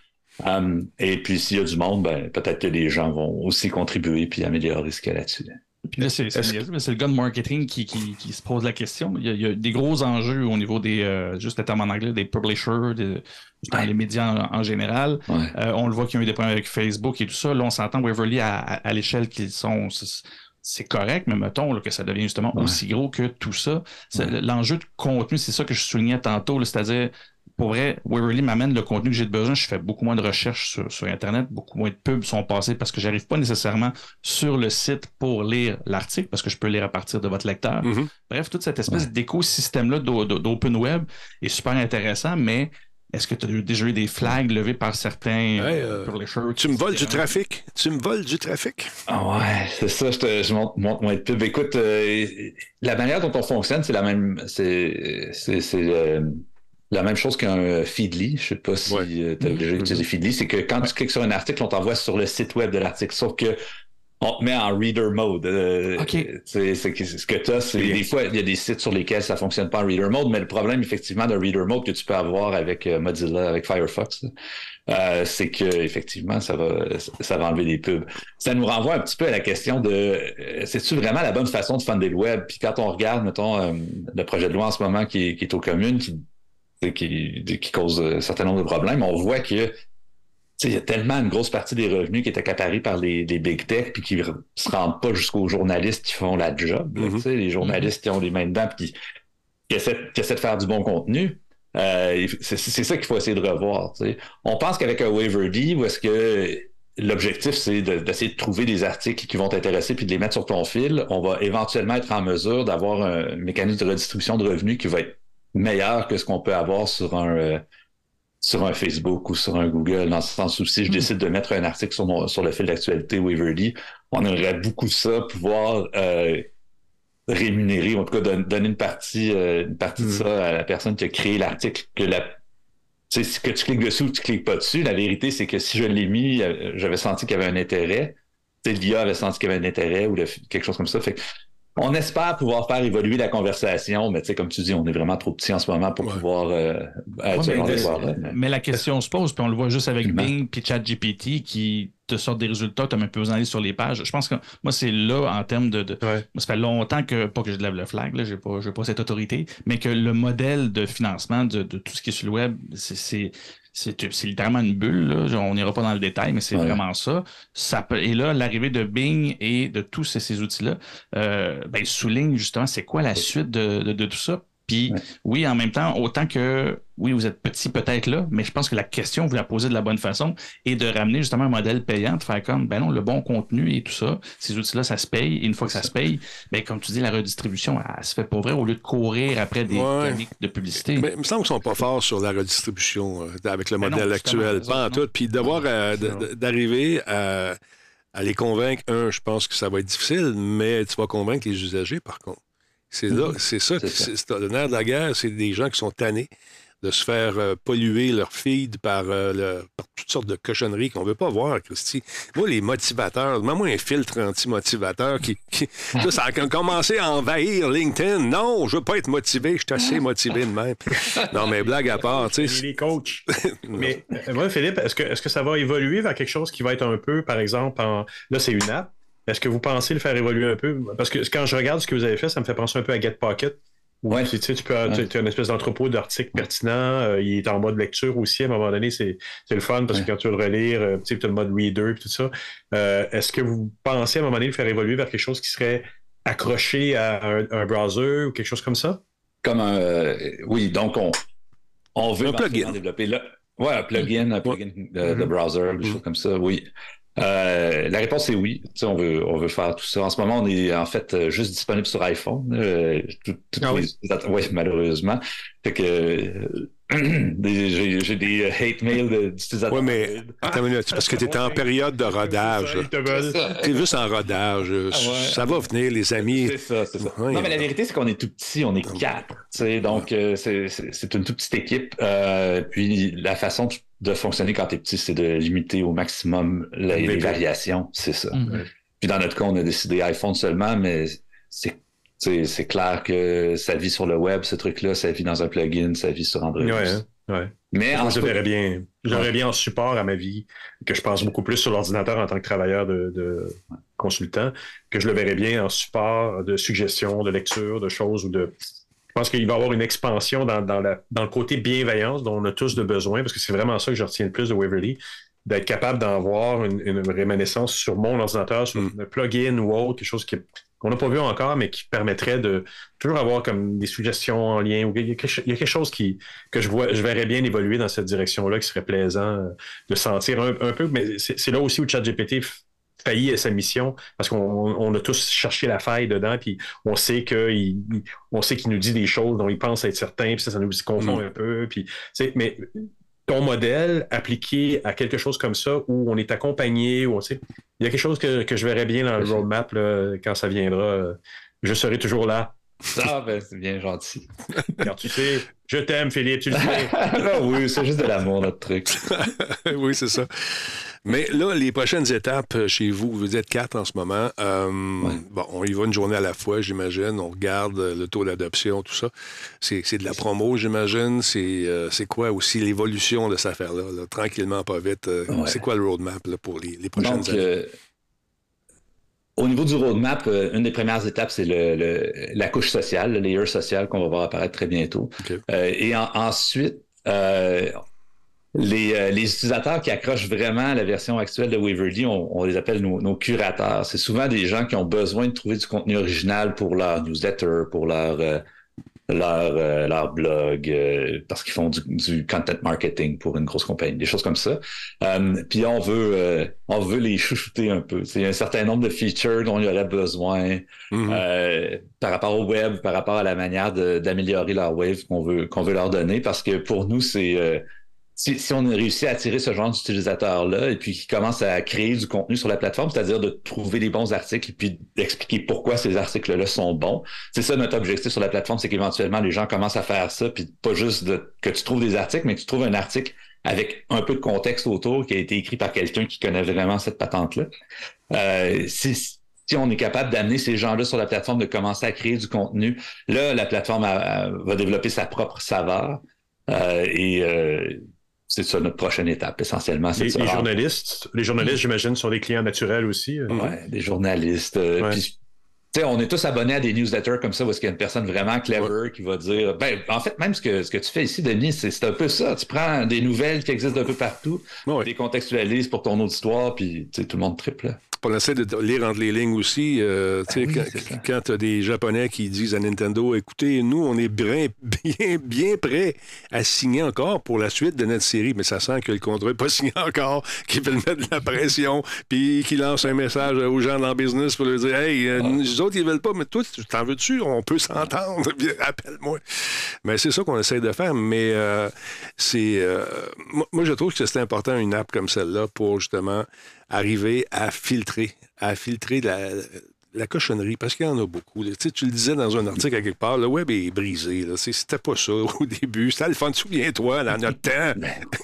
Et puis, s'il y a du monde, peut-être que les gens vont aussi contribuer puis améliorer ce qu'il y a là-dessus. Puis là, c'est le gars de marketing qui se pose la question. Il y a des gros enjeux au niveau des, juste le terme en anglais, des publishers, dans les médias en général. Ouais. On le voit qu'il y a eu des problèmes avec Facebook et tout ça. Là, on s'entend Waverly à l'échelle qu'ils sont. C'est correct, mais mettons là, que ça devient justement aussi gros que tout ça. L'enjeu de contenu, c'est ça que je soulignais tantôt, là, c'est-à-dire, pour vrai, Waverly m'amène le contenu que j'ai besoin. Je fais beaucoup moins de recherches sur Internet, beaucoup moins de pubs sont passées parce que j'arrive pas nécessairement sur le site pour lire l'article, parce que je peux lire à partir de votre lecteur. Mm-hmm. Bref, toute cette espèce d'écosystème-là d'open web est super intéressant, mais est-ce que tu as déjà eu des flags levées par certains publishers? Tu me voles du trafic? Ah ouais, c'est ça, je montre moins de pub. Écoute, la manière dont on fonctionne, c'est la même. C'est la même chose qu'un Feedly. Je sais pas si tu as déjà utilisé Feedly. C'est que quand tu cliques sur un article, on t'envoie sur le site web de l'article. Sauf que on te met en reader mode. C'est ce que tu as, c'est des fois, il y a des sites sur lesquels ça fonctionne pas en reader mode, mais le problème, effectivement, de reader mode que tu peux avoir avec Mozilla, avec Firefox, c'est que effectivement, ça va enlever des pubs. Ça nous renvoie un petit peu à la question de c'est-tu vraiment la bonne façon de fonder le web? Puis quand on regarde, mettons, le projet de loi en ce moment qui est aux communes, qui cause un certain nombre de problèmes, on voit que il y a tellement une grosse partie des revenus qui est accaparée par les big tech puis qui se rendent pas jusqu'aux journalistes qui font la job. Les journalistes qui ont les mains dedans puis qui essaient de faire du bon contenu. C'est ça qu'il faut essayer de revoir. On pense qu'avec un Waverly, où est-ce que l'objectif, c'est d'essayer de trouver des articles qui vont t'intéresser puis de les mettre sur ton fil, on va éventuellement être en mesure d'avoir un mécanisme de redistribution de revenus qui va être meilleur que ce qu'on peut avoir sur un Facebook ou sur un Google, dans ce sens où si je décide de mettre un article sur le fil d'actualité Waverly, on aimerait beaucoup ça, pouvoir rémunérer, en tout cas donner une partie de ça à la personne qui a créé l'article, que tu cliques dessus ou tu cliques pas dessus. La vérité, c'est que si je l'ai mis, j'avais senti qu'il y avait un intérêt. L'IA avait senti qu'il y avait un intérêt ou quelque chose comme ça. Fait que on espère pouvoir faire évoluer la conversation, mais comme tu dis, on est vraiment trop petit en ce moment pour pouvoir mais la question se pose, puis on le voit juste avec Bing puis ChatGPT qui te sortent des résultats, tu as même pas besoin d'aller sur les pages. Je pense que moi, c'est là, en termes de moi, ça fait longtemps que, pas que je lève le flag, là, j'ai pas cette autorité, mais que le modèle de financement de tout ce qui est sur le web, c'est littéralement une bulle, là. On n'ira pas dans le détail, mais c'est vraiment ça. Et là, l'arrivée de Bing et de tous ces outils-là souligne justement c'est quoi la suite de tout ça. Puis oui, en même temps, autant que oui, vous êtes petit peut-être là, mais je pense que la question, vous la posez de la bonne façon et de ramener justement un modèle payant, de faire comme, ben non, le bon contenu et tout ça, ces outils-là, ça se paye. Et une fois que ça se paye, ben comme tu dis, la redistribution, elle se fait pas vrai au lieu de courir après des techniques de publicité. Mais il me semble qu'ils sont pas forts sur la redistribution avec le modèle actuel. Pas en tout. Puis devoir d'arriver à les convaincre, je pense que ça va être difficile, mais tu vas convaincre les usagers, par contre. C'est ça. C'est le nerf de la guerre. C'est des gens qui sont tannés de se faire polluer leur feed par toutes sortes de cochonneries qu'on ne veut pas voir, Christy. Moi, les motivateurs, moi un filtre anti-motivateur ça a commencé à envahir LinkedIn. Non, je veux pas être motivé, je suis assez motivé de même. Non, mais blague à part, tu sais. Les coachs. Mais moi, Philippe, est-ce que ça va évoluer vers quelque chose qui va être un peu, par exemple, là, c'est une app. Est-ce que vous pensez le faire évoluer un peu? Parce que quand je regarde ce que vous avez fait, ça me fait penser un peu à GetPocket. Ouais. Tu as une espèce d'entrepôt d'articles pertinents. Il est en mode lecture aussi. À un moment donné, c'est le fun parce que quand tu veux le relire, tu as le mode reader et tout ça. Est-ce que vous pensez à un moment donné le faire évoluer vers quelque chose qui serait accroché à un browser ou quelque chose comme ça? Oui, donc on veut développer un plugin de browser, des choses comme ça, oui. La réponse est oui. On veut faire tout ça. En ce moment, on est en fait juste disponible sur iPhone. Oui, malheureusement. Fait que j'ai des hate mails d'utilisateurs. Oui, mais attends une minute, parce que tu es en période de rodage. Tu es juste en rodage. Ça va venir, les amis. C'est ça. Oui, non, mais la vérité, c'est qu'on est tout petit, on est 4. Donc, c'est une toute petite équipe. Puis la façon de fonctionner quand tu es petit, c'est de limiter au maximum les variations. C'est ça. Mm-hmm. Puis dans notre cas, on a décidé iPhone seulement, mais c'est clair que ça vit sur le web, ce truc-là, ça vit dans un plugin, ça vit sur Android. Ouais. Mais je verrais bien en support à ma vie, que je pense beaucoup plus sur l'ordinateur en tant que travailleur de consultant, que je le verrais bien en support de suggestions, de lecture, de choses ou de... Je pense qu'il va y avoir une expansion dans le côté bienveillance dont on a tous de besoin, parce que c'est vraiment ça que je retiens le plus de Waverly, d'être capable d'en voir une réminiscence sur mon ordinateur, sur un plugin ou autre, quelque chose qu'on n'a pas vu encore, mais qui permettrait de toujours avoir comme des suggestions en lien. Il y a quelque chose que je verrais bien évoluer dans cette direction-là, qui serait plaisant de sentir un peu. Mais c'est là aussi où ChatGPT faillit à sa mission, parce qu'on a tous cherché la faille dedans, puis on sait qu'il nous dit des choses dont il pense être certain, puis ça nous confond un peu. Puis, mais ton modèle appliqué à quelque chose comme ça, où on est accompagné, il y a quelque chose que je verrais bien dans le roadmap là, quand ça viendra. Je serai toujours là. Ah, ben, c'est bien gentil. Car tu sais, je t'aime, Philippe, tu le sais. Oui, c'est juste de l'amour, notre truc. Oui, c'est ça. Mais là, les prochaines étapes chez vous êtes 4 en ce moment. Bon, on y va une journée à la fois, j'imagine. On regarde le taux d'adoption, tout ça. C'est de la promo, j'imagine. C'est quoi aussi l'évolution de cette affaire-là? Là? Tranquillement, pas vite. C'est quoi le roadmap là, pour les prochaines années? Au niveau du roadmap, une des premières étapes, c'est la couche sociale, le layer social qu'on va voir apparaître très bientôt. Okay. Et ensuite, les utilisateurs qui accrochent vraiment à la version actuelle de Waverly, on les appelle nos curateurs. C'est souvent des gens qui ont besoin de trouver du contenu original pour leur newsletter, pour leur blog, parce qu'ils font du content marketing pour une grosse compagnie, des choses comme ça. Puis on veut les chouchouter un peu. Il y a un certain nombre de features dont il y aurait besoin par rapport au web, par rapport à la manière d'améliorer leur wave qu'on veut leur donner, parce que pour nous, c'est... Si on réussit à attirer ce genre d'utilisateurs-là et puis qui commencent à créer du contenu sur la plateforme, c'est-à-dire de trouver les bons articles et puis d'expliquer pourquoi ces articles-là sont bons, c'est ça notre objectif sur la plateforme, c'est qu'éventuellement les gens commencent à faire ça, puis pas juste que tu trouves des articles, mais que tu trouves un article avec un peu de contexte autour qui a été écrit par quelqu'un qui connaît vraiment cette patente-là. Si on est capable d'amener ces gens-là sur la plateforme, de commencer à créer du contenu, là, la plateforme va développer sa propre saveur c'est ça notre prochaine étape, essentiellement. Les journalistes, j'imagine, sont des clients naturels aussi. Oui, des journalistes. Puis, on est tous abonnés à des newsletters comme ça, où est-ce qu'il y a une personne vraiment clever qui va dire... Ben, en fait, même ce que tu fais ici, Denis, c'est un peu ça. Tu prends des nouvelles qui existent d'un peu partout, tu les contextualises pour ton auditoire, puis tout le monde triple. On essaie de lire entre les lignes aussi. Quand tu as des Japonais qui disent à Nintendo, écoutez, nous, on est bien prêts à signer encore pour la suite de notre série, mais ça sent que le contrat n'est pas signé encore, qu'ils veulent mettre de la pression, puis qu'ils lancent un message aux gens dans le business pour leur dire, hey, nous autres, ils veulent pas, mais toi, t'en veux-tu? On peut s'entendre. Appelle-moi. Mais c'est ça qu'on essaie de faire, mais moi, je trouve que c'est important une app comme celle-là pour justement arriver à filtrer la cochonnerie, parce qu'il y en a beaucoup. Tu sais, tu le disais dans un article à quelque part, le web est brisé. Là. C'était pas ça au début. C'était le fun, souviens-toi, dans notre temps.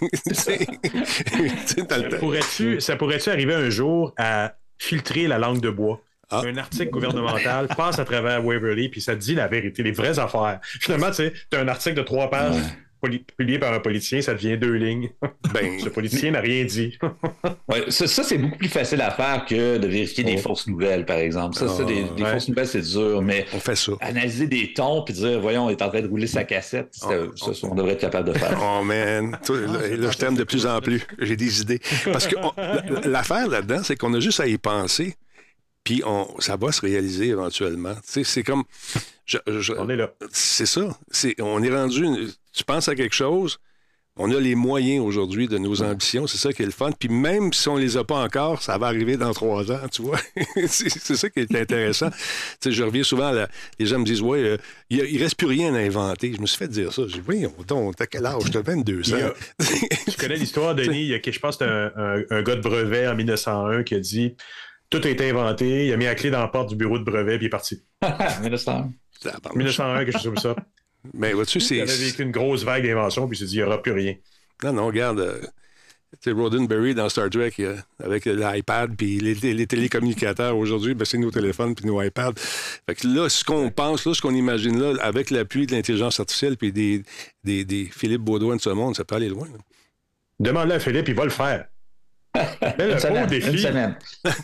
Ça pourrait-tu arriver un jour à filtrer la langue de bois? Ah. Un article gouvernemental passe à travers Waverly, puis ça te dit la vérité, les vraies affaires. Finalement, tu sais, tu as un article de 3 pages publié par un politicien, ça devient 2 lignes. Ce politicien n'a rien dit. Ça, c'est beaucoup plus facile à faire que de vérifier des fausses nouvelles, par exemple. Des fausses nouvelles, c'est dur, mais on fait ça. Analyser des tons puis dire, voyons, on est en train de rouler sa cassette, on devrait être capable de faire. Oh man, là, je t'aime de plus en plus. J'ai des idées. Parce que l'affaire là-dedans, c'est qu'on a juste à y penser, puis ça va se réaliser éventuellement. Tu sais, c'est comme... on est là. C'est ça. On est rendu... Tu penses à quelque chose, on a les moyens aujourd'hui de nos ambitions, c'est ça qui est le fun. Puis même si on les a pas encore, ça va arriver dans 3 ans, tu vois. c'est ça qui est intéressant. Tu sais, je reviens souvent, les gens me disent, ouais, il reste plus rien à inventer. Je me suis fait dire ça. J'ai dit, oui, t'as quel âge? T'as 22 ans. Tu connais l'histoire, Denis? Je pense que c'est un gars de brevet en 1901 qui a dit, tout a été inventé, il a mis la clé dans la porte du bureau de brevet, puis il est parti. 1901. 1901, quelque chose comme ça. Mais vois-tu, il avait vécu une grosse vague d'invention, puis il s'est dit, il n'y aura plus rien. Non, regarde, tu sais, Roddenberry dans Star Trek, avec l'iPad, puis les télécommunicateurs aujourd'hui, ben, c'est nos téléphones puis nos iPads. Fait que là, ce qu'on pense, là, ce qu'on imagine là, avec l'appui de l'intelligence artificielle puis des Philippe Baudouin de ce monde, ça peut aller loin. Là. Demande-le à Philippe, il va le faire. Une semaine.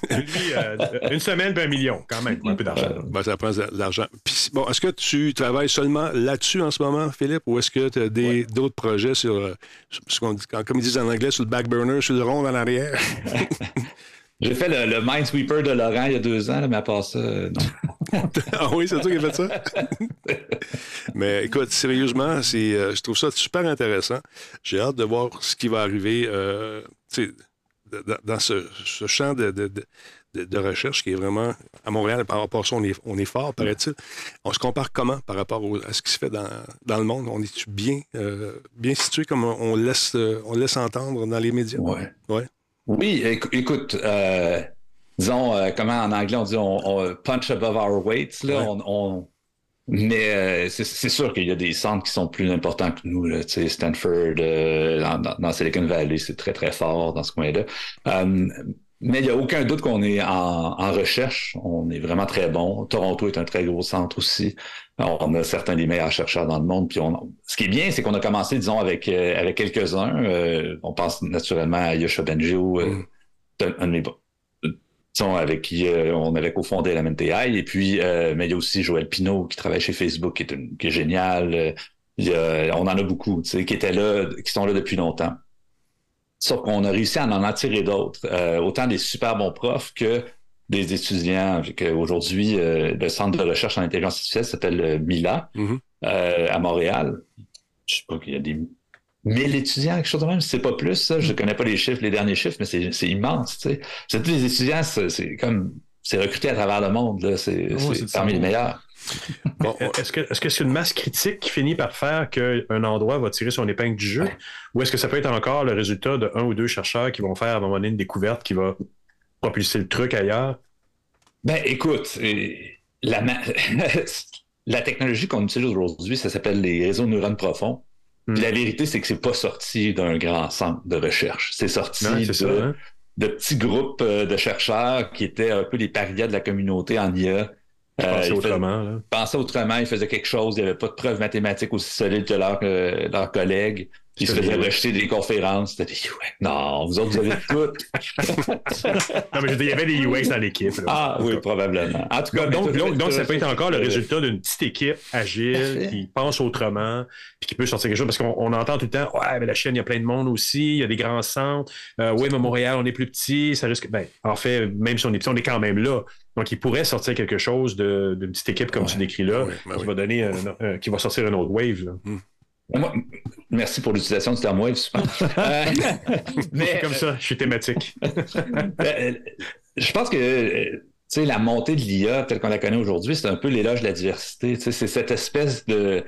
Une semaine puis 1 million, quand même, un peu d'argent. Ben, ça prend de l'argent. Puis, bon, est-ce que tu travailles seulement là-dessus en ce moment, Philippe, ou est-ce que tu as d'autres projets sur ce qu'on dit, comme ils disent en anglais, sur le back burner, sur le rond en arrière? J'ai fait le Minesweeper de Laurent il y a 2 ans, là, mais à part ça, non. Ah oui, c'est toi qui as fait ça? Mais écoute, sérieusement, je trouve ça super intéressant. J'ai hâte de voir ce qui va arriver dans ce champ de recherche qui est vraiment... À Montréal, par rapport à ça, on est fort, paraît-il. On se compare comment par rapport à ce qui se fait dans le monde? On est bien situé comme on laisse entendre dans les médias? Ouais. Oui, écoute, disons, comment en anglais on dit, on punch above our weights, là, mais c'est sûr qu'il y a des centres qui sont plus importants que nous, là, tu sais, Stanford, dans Silicon Valley, c'est très, très fort dans ce coin-là. Mais il n'y a aucun doute qu'on est en recherche, on est vraiment très bon. Toronto est un très gros centre aussi. On a certains des meilleurs chercheurs dans le monde. Puis ce qui est bien, c'est qu'on a commencé, disons, avec quelques-uns. On pense naturellement à Yoshua Bengio, un de mes avec qui on avait cofondé la MNTI. Et puis, mais il y a aussi Joël Pinault qui travaille chez Facebook, qui est génial. On en a beaucoup, tu sais, qui sont là depuis longtemps. Sauf qu'on a réussi à en attirer d'autres. Autant des super bons profs que des étudiants. Aujourd'hui, le centre de recherche en intelligence artificielle s'appelle MILA à Montréal. Je sais pas qu'il y a des 1000 étudiants, quelque chose de même, c'est pas plus, ça. Je connais pas les derniers chiffres, mais c'est immense, tu sais. C'est tous les étudiants, c'est recruté à travers le monde, là. C'est parmi les meilleurs. Bon, est-ce que c'est une masse critique qui finit par faire qu'un endroit va tirer son épingle du jeu? Ou est-ce que ça peut être encore le résultat de 1 ou 2 chercheurs qui vont faire à un moment donné une découverte qui va propulser le truc ailleurs? Ben, écoute, la technologie qu'on utilise aujourd'hui, ça s'appelle les réseaux de neurones profonds. Puis la vérité, c'est que c'est pas sorti d'un grand centre de recherche. C'est sorti de petits groupes de chercheurs qui étaient un peu les parias de la communauté en IA. Pensaient autrement, ils faisaient quelque chose, il n'y avait pas de preuves mathématiques aussi solides que leurs collègues. Puis ils se faisaient rejeter des conférences. C'était des non, vous autres, vous avez tout. Non, mais il y avait des UX dans l'équipe. Là. Ah oui, probablement. En tout cas, donc ça peut être encore le résultat d'une petite équipe agile qui pense autrement puis qui peut sortir quelque chose. Parce qu'on entend tout le temps, ouais, mais la Chine, il y a plein de monde aussi, il y a des grands centres. Oui, mais Montréal, on est plus petit, ça risque. Ben, en fait, même si on est petit, on est quand même là. Donc, il pourrait sortir quelque chose d'une petite équipe comme tu décris là, qui va donner qui va sortir une autre wave. Là. Moi, merci pour l'utilisation du terme wave, super. Mais comme ça, je suis thématique. Je pense que la montée de l'IA telle qu'on la connaît aujourd'hui, c'est un peu l'éloge de la diversité. C'est cette espèce de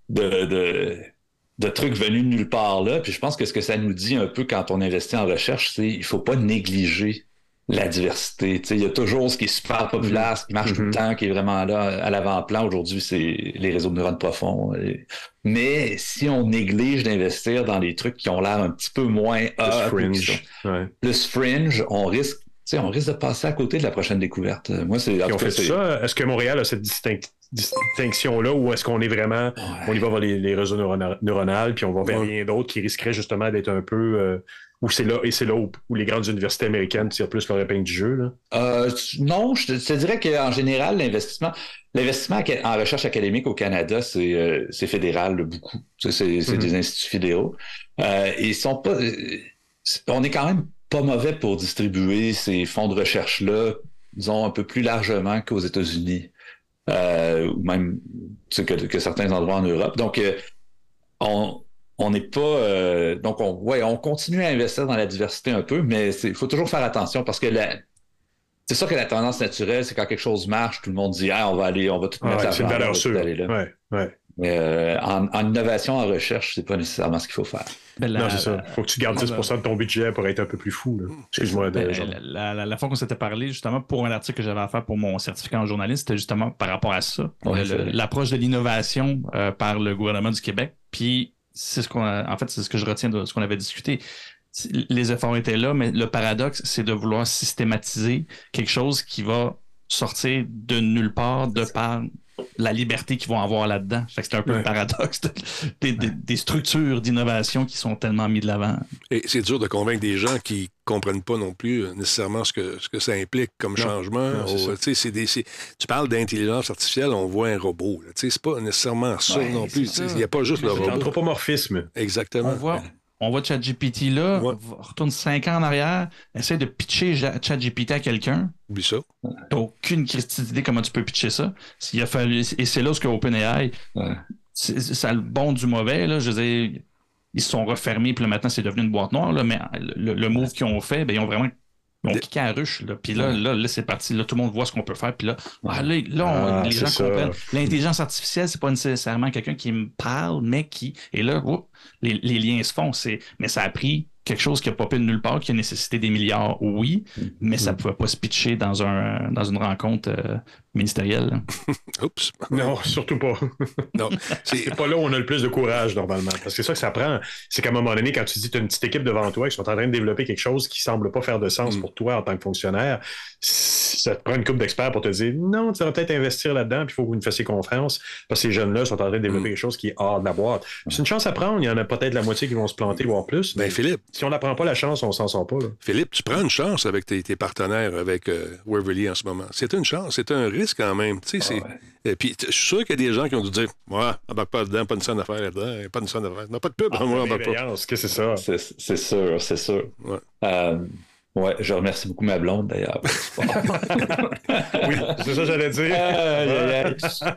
truc venu de nulle part là. Puis je pense que ce que ça nous dit un peu quand on investit en recherche, c'est qu'il ne faut pas négliger la diversité. Il y a toujours ce qui est super populaire, ce qui marche tout le temps, qui est vraiment là à l'avant-plan. Aujourd'hui, c'est les réseaux de neurones profonds. Mais si on néglige d'investir dans les trucs qui ont l'air un petit peu moins plus fringe, on risque de passer à côté de la prochaine découverte. Moi, Est-ce que Montréal a cette distinction-là ou est-ce qu'on est vraiment on y va vers les réseaux neuronales puis on va vers rien d'autre qui risquerait justement d'être un peu où c'est là où les grandes universités américaines tirent plus leur épingle du jeu, là? Non, je te dirais qu'en général, l'investissement en recherche académique au Canada, c'est fédéral, beaucoup. C'est des instituts fédéraux. Ils sont pas. On est quand même pas mauvais pour distribuer ces fonds de recherche-là, disons, un peu plus largement qu'aux États-Unis. Ou même que certains endroits en Europe. Donc, on n'est pas... donc, on continue à investir dans la diversité un peu, mais il faut toujours faire attention parce que c'est sûr que la tendance naturelle, c'est quand quelque chose marche, tout le monde dit « on va tout mettre c'est une valeur sûre. Ouais. Mais en innovation, en recherche, c'est pas nécessairement ce qu'il faut faire. Non, c'est ça. Il faut que tu gardes 10% de ton budget pour être un peu plus fou. Là. Excuse-moi. La fois qu'on s'était parlé, justement, pour un article que j'avais à faire pour mon certificat en journaliste, c'était justement par rapport à ça. L'approche de l'innovation par le gouvernement du Québec. Puis, c'est ce que je retiens de ce qu'on avait discuté. Les efforts étaient là, mais le paradoxe, c'est de vouloir systématiser quelque chose qui va sortir de nulle part, de par la liberté qu'ils vont avoir là-dedans. Fait que c'est un peu le paradoxe des structures d'innovation qui sont tellement mis de l'avant. Et c'est dur de convaincre des gens qui comprennent pas non plus nécessairement ce que ça implique comme changement. Tu parles d'intelligence artificielle, on voit un robot. C'est pas nécessairement ça non plus. Il n'y a pas juste le robot. L'anthropomorphisme. Exactement. On voit ChatGPT là, retourne 5 ans en arrière, essaie de pitcher ChatGPT à quelqu'un. Oublie ça. T'as aucune idée comment tu peux pitcher ça. Et c'est là où OpenAI, ça a le bon du mauvais, là, je veux dire, ils se sont refermés, puis là, maintenant, c'est devenu une boîte noire, là, mais le move qu'ils ont fait, ils ont vraiment... Ils ont kické à la ruche, là. Puis là, c'est parti. Là, tout le monde voit ce qu'on peut faire. Puis là, les gens comprennent. L'intelligence artificielle, c'est pas nécessairement quelqu'un qui me parle, mais qui... Et là, les liens se font. Mais ça a pris quelque chose qui n'a pas pu de nulle part, qui a nécessité des milliards, oui, mais ça ne pouvait pas se pitcher dans une rencontre ministérielle. Oups. Non, surtout pas. Non, c'est pas là où on a le plus de courage, normalement. Parce que c'est ça que ça prend. C'est qu'à un moment donné, quand tu dis que tu as une petite équipe devant toi qui sont en train de développer quelque chose qui semble pas faire de sens pour toi en tant que fonctionnaire, ça te prend une couple d'experts pour te dire non, tu vas peut-être investir là-dedans, puis il faut que vous nous fassiez confiance, parce que ces jeunes-là sont en train de développer quelque chose qui est hors de la boîte. C'est une chance à prendre. Il y en a peut-être la moitié qui vont se planter, voire plus. Ben, Philippe. Si on n'apprend pas la chance, on s'en sort pas. Là. Philippe, tu prends une chance avec tes partenaires, avec Waverly en ce moment. C'est une chance, c'est un risque quand même. Et puis, je suis sûr qu'il y a des gens qui ont dû dire embarque pas dedans, pas une scène d'affaires là-dedans, pas une scène d'affaires. Non, pas de pub, moi, embarque pas. Est-ce que c'est ça? C'est sûr. Ouais. Je remercie beaucoup ma blonde, d'ailleurs. Oui, c'est ça que j'allais dire.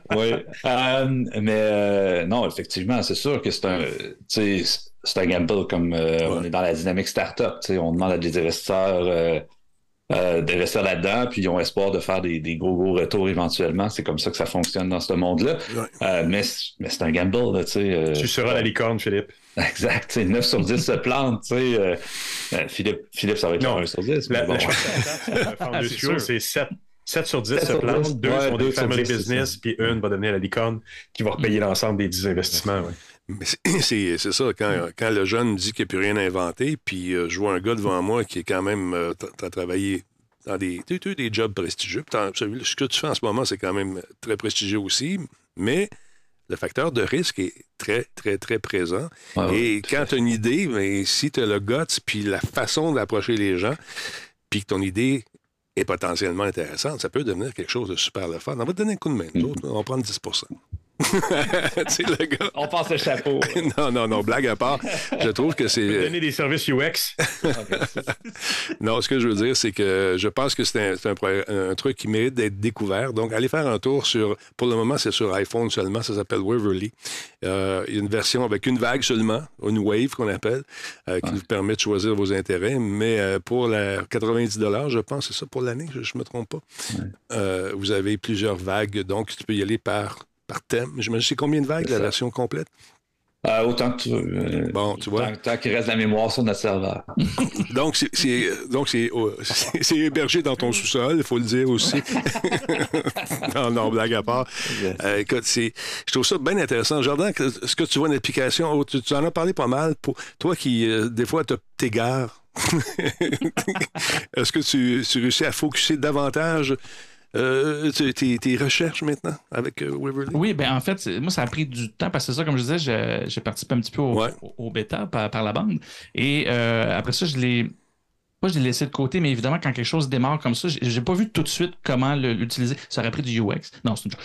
Mais non, effectivement, c'est sûr que c'est un gamble comme on est dans la dynamique start-up. On demande à des investisseurs d'investir là-dedans, puis ils ont espoir de faire des gros retours éventuellement. C'est comme ça que ça fonctionne dans ce monde-là. Mais c'est un gamble. Tu seras la licorne, Philippe. Exact. 9 sur 10 se plantent. Philippe, ça va être 1 sur 10. La chance c'est 7 sur 10 se plantent, 2 sont des family business, puis une va devenir la licorne qui va repayer l'ensemble des 10 investissements. Ouais. Mais c'est ça, quand le jeune dit qu'il n'y a plus rien à inventer, puis je vois un gars devant moi qui est quand même travaillé dans des jobs prestigieux. Ce que tu fais en ce moment, c'est quand même très prestigieux aussi, mais le facteur de risque est très, très, très présent. Et quand tu as une idée, mais si tu as le guts, puis la façon d'approcher les gens, puis que ton idée est potentiellement intéressante, ça peut devenir quelque chose de super le fun. On va te donner un coup de main. Nous autres, on va prendre 10 le gars. On passe le chapeau. Non, blague à part. Je trouve que c'est... Donner des services UX. Non, ce que je veux dire, c'est que je pense que c'est un truc qui mérite d'être découvert. Donc, allez faire un tour sur... Pour le moment, c'est sur iPhone seulement. Ça s'appelle Waverly. Il y a une version avec une vague seulement, une wave qu'on appelle, qui vous permet de choisir vos intérêts. Mais pour 90 $, je pense, c'est ça pour l'année, je ne me trompe pas. Vous avez plusieurs vagues. Donc, tu peux y aller par thème. J'imagine, c'est combien de vagues, la version complète? Autant que tu veux. Bon, tu vois. Tant qu'il reste de la mémoire sur notre serveur. Donc, c'est hébergé dans ton sous-sol, il faut le dire aussi. non, blague à part. Écoute, je trouve ça bien intéressant. Jordan, est-ce que tu vois une application? Tu en as parlé pas mal. Pour toi qui, des fois, t'égares. Est-ce que tu réussis à focusser davantage tes recherches maintenant avec Waverly? Oui, ben en fait, moi, ça a pris du temps parce que c'est ça, comme je disais, j'ai participé un petit peu au bêta par la bande. Et après ça, je l'ai laissé de côté, mais évidemment, quand quelque chose démarre comme ça, j'ai pas vu tout de suite comment l'utiliser. Ça aurait pris du UX. Non, c'est une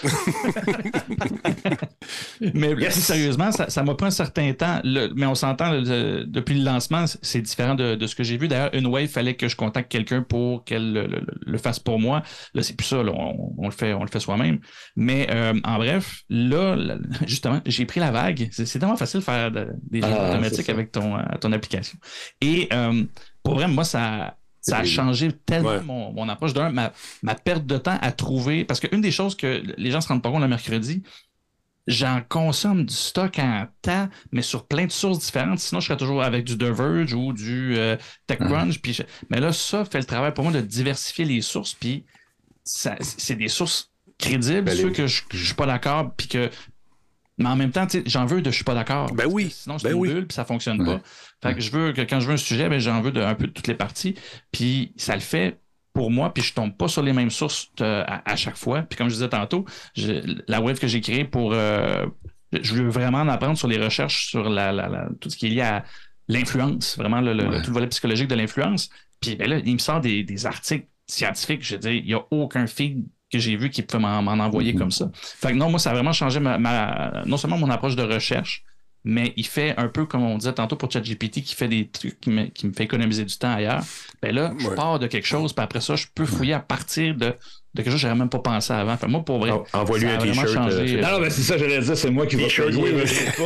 chose. Mais plus sérieusement, ça m'a pris un certain temps. Mais on s'entend, depuis le lancement, c'est différent de ce que j'ai vu. D'ailleurs, une wave, il fallait que je contacte quelqu'un pour qu'elle le fasse pour moi. Là, c'est plus ça. Là, on le fait soi-même. Mais en bref, là, justement, j'ai pris la vague. C'est tellement facile de faire des jeux automatiques avec ton application. Et pour vrai, moi, ça a changé tellement mon approche. Ma perte de temps à trouver. Parce qu'une des choses que les gens ne se rendent pas compte le mercredi, j'en consomme du stock en temps, mais sur plein de sources différentes. Sinon, je serais toujours avec du The Verge ou du TechCrunch. Mais là, ça fait le travail pour moi de diversifier les sources. Puis c'est des sources crédibles, ceux que je ne suis pas d'accord, puis que. Mais en même temps, j'en veux de je suis pas d'accord. Ben oui. Sinon, c'est une bulle, puis ça fonctionne pas. Fait que quand je veux un sujet, ben, j'en veux un peu de toutes les parties. Puis ça le fait pour moi, puis je tombe pas sur les mêmes sources à chaque fois. Puis comme je disais tantôt, la web que j'ai créée pour... je veux vraiment en apprendre sur les recherches, sur tout ce qui est lié à l'influence, vraiment tout le volet psychologique de l'influence. Puis ben là, il me sort des articles scientifiques. Je veux dire, il n'y a aucun feed que j'ai vu qui peut m'en envoyer comme ça. Fait que non, moi, ça a vraiment changé non seulement mon approche de recherche, mais il fait un peu comme on disait tantôt pour ChatGPT, qui fait des trucs qui me fait économiser du temps ailleurs. Ben là, je pars de quelque chose, puis après ça, je peux fouiller à partir de quelque chose que j'aurais même pas pensé avant. Fait moi, pour vrai, envoie-lui un t-shirt. Non, mais c'est ça, j'allais dire, c'est moi qui vais payer.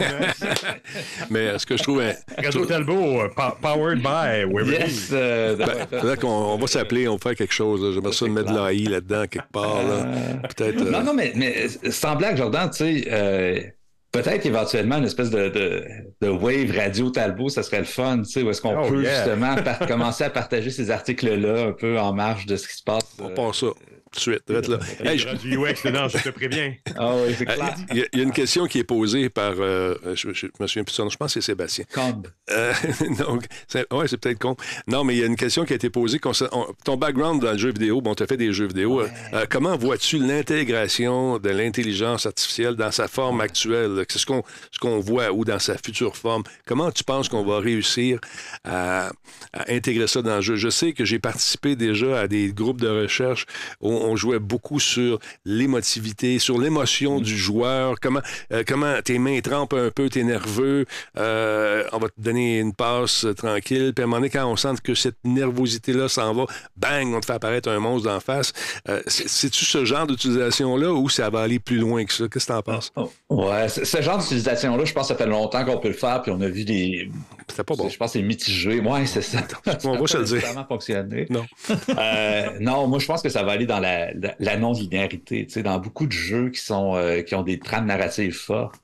Mais ce que je trouve... Radio Talbot, powered by Waverly. Yes! Peut-être qu'on va s'appeler, on va faire quelque chose. J'aimerais ça mettre de l'AI là-dedans, quelque part. Là. Peut-être... Non, mais sans blague, Jordan, tu sais... Peut-être éventuellement une espèce de wave radio Talbot, ça serait le fun, tu sais, où est-ce qu'on peut justement commencer à partager ces articles-là un peu en marge de ce qui se passe. On passe ça tout de suite. Là. Hey, du UX dedans, je te préviens. Ah oui, c'est clair. Il y a une question qui est posée par, je me souviens plus de son nom, je pense que c'est Sébastien. Combe. Donc, c'est peut-être con. Non, mais il y a une question qui a été posée. Ton background dans le jeu vidéo, bon, tu as fait des jeux vidéo. Comment vois-tu l'intégration de l'intelligence artificielle dans sa forme actuelle? C'est ce qu'on voit ou dans sa future forme. Comment tu penses qu'on va réussir à intégrer ça dans le jeu? Je sais que j'ai participé déjà à des groupes de recherche où on jouait beaucoup sur l'émotivité, sur l'émotion du joueur, comment tes mains trempent un peu, t'es nerveux, on va te donner une passe tranquille, puis à un moment donné, quand on sent que cette nervosité-là s'en va, bang, on te fait apparaître un monstre d'en face. C'est-tu ce genre d'utilisation-là ou ça va aller plus loin que ça? Qu'est-ce que t'en penses? Ouais, ce genre d'utilisation-là, je pense que ça fait longtemps qu'on peut le faire, puis on a vu des... C'était pas bon. Je pense que c'est mitigé. Ouais, c'est ça. On va se le dire. Ça n'a pas fonctionné. Non. Non, moi, je pense que ça va aller dans la non-linéarité. Tu sais, dans beaucoup de jeux qui ont des trames narratives fortes,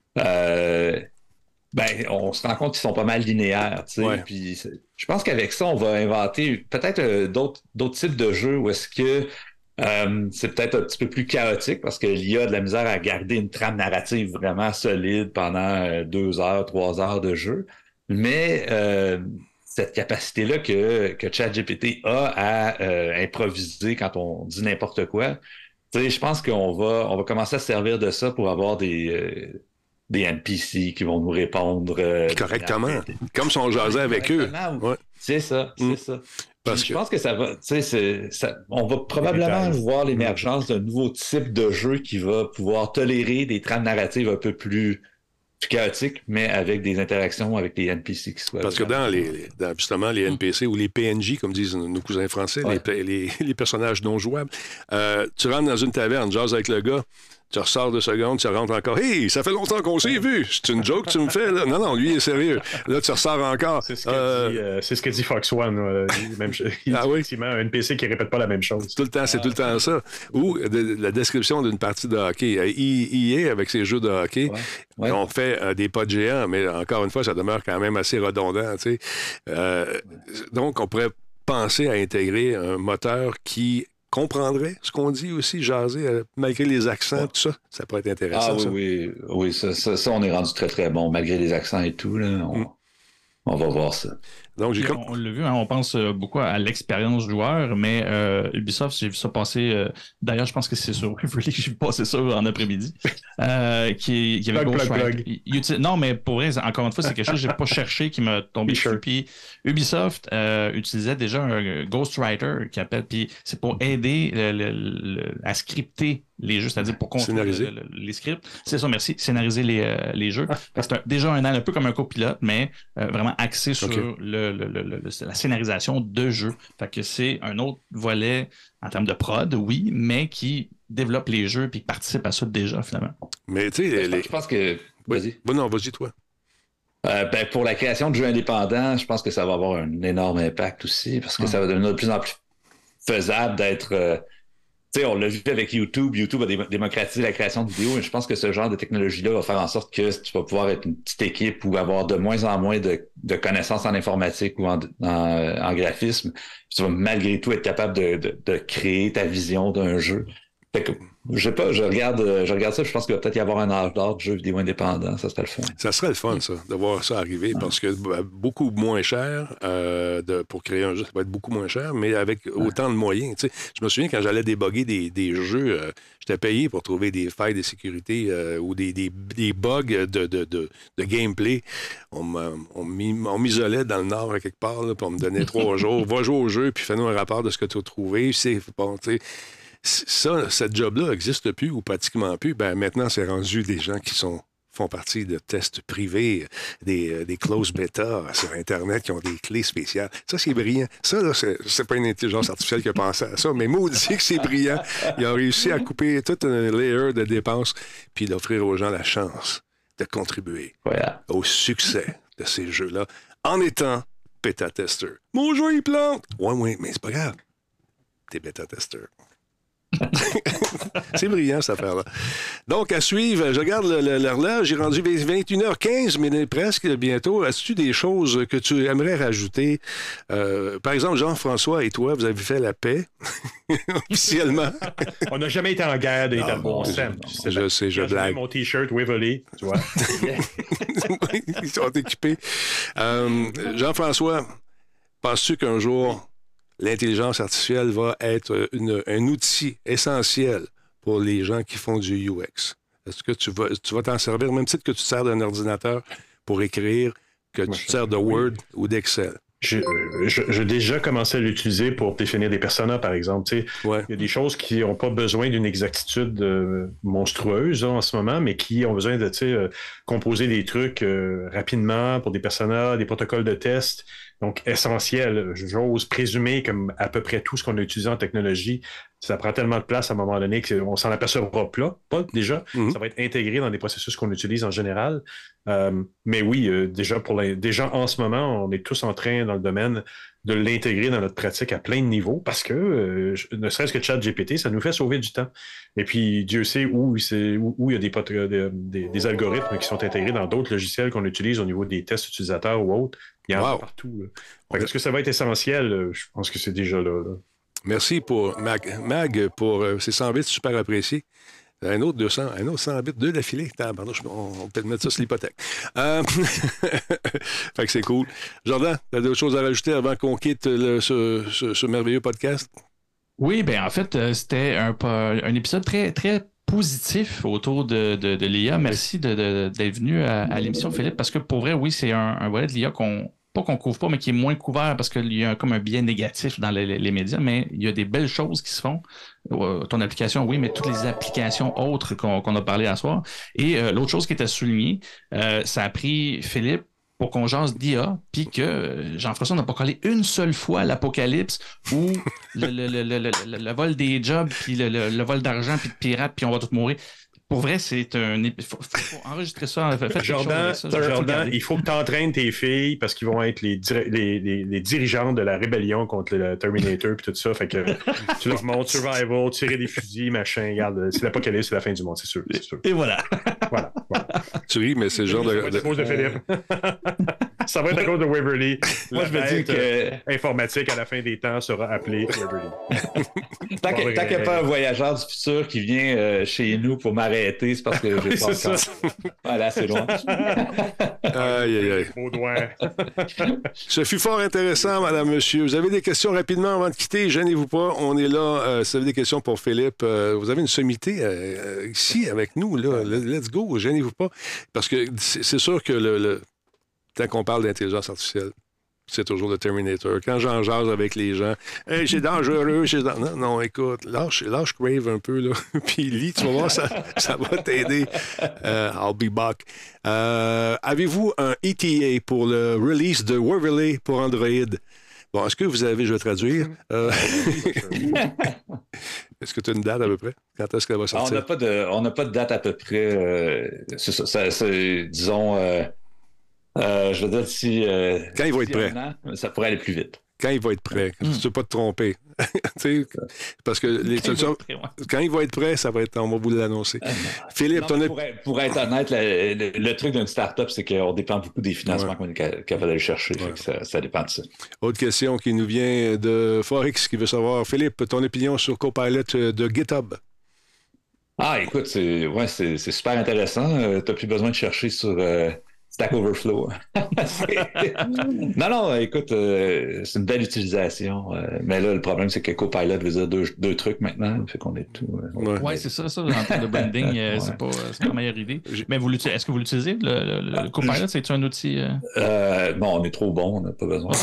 on se rend compte qu'ils sont pas mal linéaires. Tu sais, puis je pense qu'avec ça, on va inventer peut-être d'autres types de jeux où est-ce que c'est peut-être un petit peu plus chaotique parce que l'IA a de la misère à garder une trame narrative vraiment solide pendant 2 heures, 3 heures de jeu. Mais cette capacité-là que ChatGPT a à improviser quand on dit n'importe quoi, je pense qu'on va commencer à se servir de ça pour avoir des NPC qui vont nous répondre correctement, comme si on jasait avec eux. Ouais. C'est ça, c'est ça. Je pense que ça va, on va probablement voir l'émergence d'un nouveau type de jeu qui va pouvoir tolérer des trames narratives un peu plus chaotiques, mais avec des interactions avec les NPC qui soient... Parce que dans justement les NPC ou les PNJ, comme disent nos cousins français, les personnages non jouables, tu rentres dans une taverne, jases avec le gars, Tu ressors 2 secondes, tu rentres encore. Hey, ça fait longtemps qu'on s'est vu. C'est une joke que tu me fais, là? Non, lui, il est sérieux. Là, tu ressors encore. C'est ce que dit Fox One. Effectivement, un NPC qui répète pas la même chose. Tout le temps, c'est tout le temps ça. Ou la description d'une partie de hockey. EA, avec ses jeux de hockey, on fait des pas de géants, mais encore une fois, ça demeure quand même assez redondant. Tu sais. Donc, on pourrait penser à intégrer un moteur qui comprendrait ce qu'on dit aussi, jaser, malgré les accents, tout ça. Ça pourrait être intéressant. Oui, ça, on est rendu très, très bon, malgré les accents et tout. Là, on va voir ça. Donc, on l'a vu, hein, on pense beaucoup à l'expérience joueur, mais Ubisoft, j'ai vu ça passer. D'ailleurs, je pense que c'est sur Waverly que j'ai vu passer ça en après-midi. Qui avait Ghostwriter. Non, mais pour vrai, encore une fois, c'est quelque chose que je n'ai pas cherché, qui m'a tombé dessus. Puis Ubisoft utilisait déjà un Ghostwriter qui appelle, puis c'est pour aider à scripter les jeux, c'est-à-dire pour scénariser les scripts. C'est ça, merci. Scénariser les jeux. C'est déjà un peu comme un copilote, mais vraiment axé sur la scénarisation de jeux. Fait que c'est un autre volet en termes de prod, oui, mais qui développe les jeux et qui participe à ça déjà, finalement. Mais tu sais, je pense que... Vas-y. Non, vas-y, toi. Pour la création de jeux indépendants, je pense que ça va avoir un énorme impact aussi, parce que ça va devenir de plus en plus faisable d'être... Tu sais, on l'a vu avec YouTube. YouTube a démocratisé la création de vidéos, et je pense que ce genre de technologie-là va faire en sorte que tu vas pouvoir être une petite équipe ou avoir de moins en moins de connaissances en informatique ou en graphisme. Tu vas malgré tout être capable de créer ta vision d'un jeu. Fait que, je sais pas, je regarde ça, je pense qu'il va peut-être y avoir un âge d'or de jeux vidéo indépendants, ça serait le fun. Ça serait le fun, ça, de voir ça arriver, parce que beaucoup moins cher, pour créer un jeu, ça va être beaucoup moins cher, mais avec autant de moyens. Tu sais, je me souviens quand j'allais débugger des jeux, j'étais payé pour trouver des failles de sécurité ou des bugs de gameplay. On m'isolait dans le nord à quelque part, là, puis on me donnait 3 jours. Va jouer au jeu, puis fais-nous un rapport de ce que tu as trouvé. C'est bon, tu sais. Ça, cette job-là n'existe plus ou pratiquement plus. Ben, maintenant, c'est rendu des gens qui font partie de tests privés, des close beta sur Internet qui ont des clés spéciales. Ça, c'est brillant. Ça, là, c'est pas une intelligence artificielle qui a pensé à ça, mais maudit que c'est brillant. Ils ont réussi à couper tout un layer de dépenses puis d'offrir aux gens la chance de contribuer au succès de ces jeux-là en étant bêta-testeur. Mon jeu, il plante! Oui, mais c'est pas grave. T'es bêta-testeur. C'est brillant, cette affaire-là. Donc, à suivre, je regarde l'horloge, j'ai rendu 21h15, mais presque bientôt. As-tu des choses que tu aimerais rajouter? Par exemple, Jean-François et toi, vous avez fait la paix, officiellement. On n'a jamais été en guerre des bon sens. Je sais, je blague. Mon T-shirt Waverly, tu vois. Ils sont équipés. Jean-François, penses-tu qu'un jour... l'intelligence artificielle va être un outil essentiel pour les gens qui font du UX. Est-ce que tu vas t'en servir, même titre que tu te sers d'un ordinateur pour écrire, que tu te sers de Word ou d'Excel? J'ai déjà commencé à l'utiliser pour définir des personas, par exemple. Tu sais, il y a des choses qui n'ont pas besoin d'une exactitude monstrueuse en ce moment, mais qui ont besoin de composer des trucs rapidement pour des personas, des protocoles de test. Donc, essentiel. J'ose présumer, comme à peu près tout ce qu'on a utilisé en technologie, ça prend tellement de place à un moment donné qu'on s'en apercevra pas déjà. Ça va être intégré dans des processus qu'on utilise en général. Mais oui, déjà en ce moment, on est tous en train dans le domaine de l'intégrer dans notre pratique à plein de niveaux parce que, ne serait-ce que ChatGPT, ça nous fait sauver du temps. Et puis, Dieu sait où il y a des algorithmes qui sont intégrés dans d'autres logiciels qu'on utilise au niveau des tests utilisateurs ou autres. Il y en a partout. Est-ce que ça va être essentiel? Je pense que c'est déjà là. Merci pour Mag pour ces 100 bits super appréciés. Un autre 100 bits, 2 d'affilée. Pardon, on peut mettre ça sur l'hypothèque. Fait que c'est cool. Jordan, tu as d'autres choses à rajouter avant qu'on quitte ce merveilleux podcast? Oui, bien en fait, c'était un épisode très, très positif autour de l'IA. Merci d'être venu à l'émission, Philippe, parce que pour vrai, oui, c'est un volet de l'IA pas qu'on couvre pas, mais qui est moins couvert parce qu'il y a comme un biais négatif dans les médias, mais il y a des belles choses qui se font. Ton application, oui, mais toutes les applications autres qu'on a parlé à soir. Et l'autre chose qui était soulignée, ça a pris Philippe pour qu'on jase d'IA, puis que Jean-François n'a pas collé une seule fois l'apocalypse ou le vol des jobs, puis le vol d'argent, puis de pirates, puis on va tous mourir. Pour vrai, c'est un... faut enregistrer ça. Jordan, il faut que tu entraînes tes filles parce qu'ils vont être les dirigeantes de la rébellion contre le Terminator et tout ça. Fait que tu leur montres survival, tirer des fusils, machin. Regarde, c'est l'apocalypse, c'est la fin du monde, c'est sûr. Et voilà. Voilà. Tu ris, mais c'est le genre de... Ça va être à cause de Philippe. Ça va être à cause de Waverly. Moi, je me dis que... informatique à la fin des temps sera appelée Waverly. Tant qu'il n'y a pas un voyageur du futur qui vient chez nous pour m'arrêter, c'est parce que j'ai pas encore. Voilà, c'est loin. Aïe. Ce fut fort intéressant, madame, monsieur. Vous avez des questions rapidement avant de quitter? Gênez-vous pas, on est là. Si vous avez des questions pour Philippe, vous avez une sommité ici avec nous. Là. Let's go, gênez-vous pas. Parce que c'est sûr que tant qu'on parle d'intelligence artificielle, c'est toujours le Terminator. Quand j'en jase avec les gens, hey, c'est dangereux. Non, écoute, lâche Crave un peu, là. Puis lis, tu vas voir, ça va t'aider. I'll be back. Avez-vous un ETA pour le release de Waverly pour Android? Bon, est-ce que vous avez, je vais traduire. Est-ce que tu as une date à peu près? Quand est-ce qu'elle va sortir? On n'a pas de date à peu près. C'est ça. Disons... je veux dire, si... quand il va être prêt. Ça pourrait aller plus vite. Quand il va être prêt. Tu ne veux pas te tromper. Parce que quand il va être prêt, ça va être... On va vous l'annoncer. Philippe, pour être honnête, le truc d'une start-up, c'est qu'on dépend beaucoup des financements qu'on est capable d'aller chercher. Ça dépend de ça. Autre question qui nous vient de Forex qui veut savoir, Philippe, ton opinion sur Copilot de GitHub? Écoute, c'est super intéressant. Tu n'as plus besoin de chercher sur... Stack Overflow. Non, écoute, c'est une belle utilisation. Mais là, le problème, c'est que Copilot veut dire deux trucs maintenant. Fait qu'on est tout. C'est ça, en termes de branding, c'est pas la meilleure idée. Mais est-ce que vous l'utilisez, le Copilot? C'est-tu un outil? Bon, on est trop bon, on n'a pas besoin.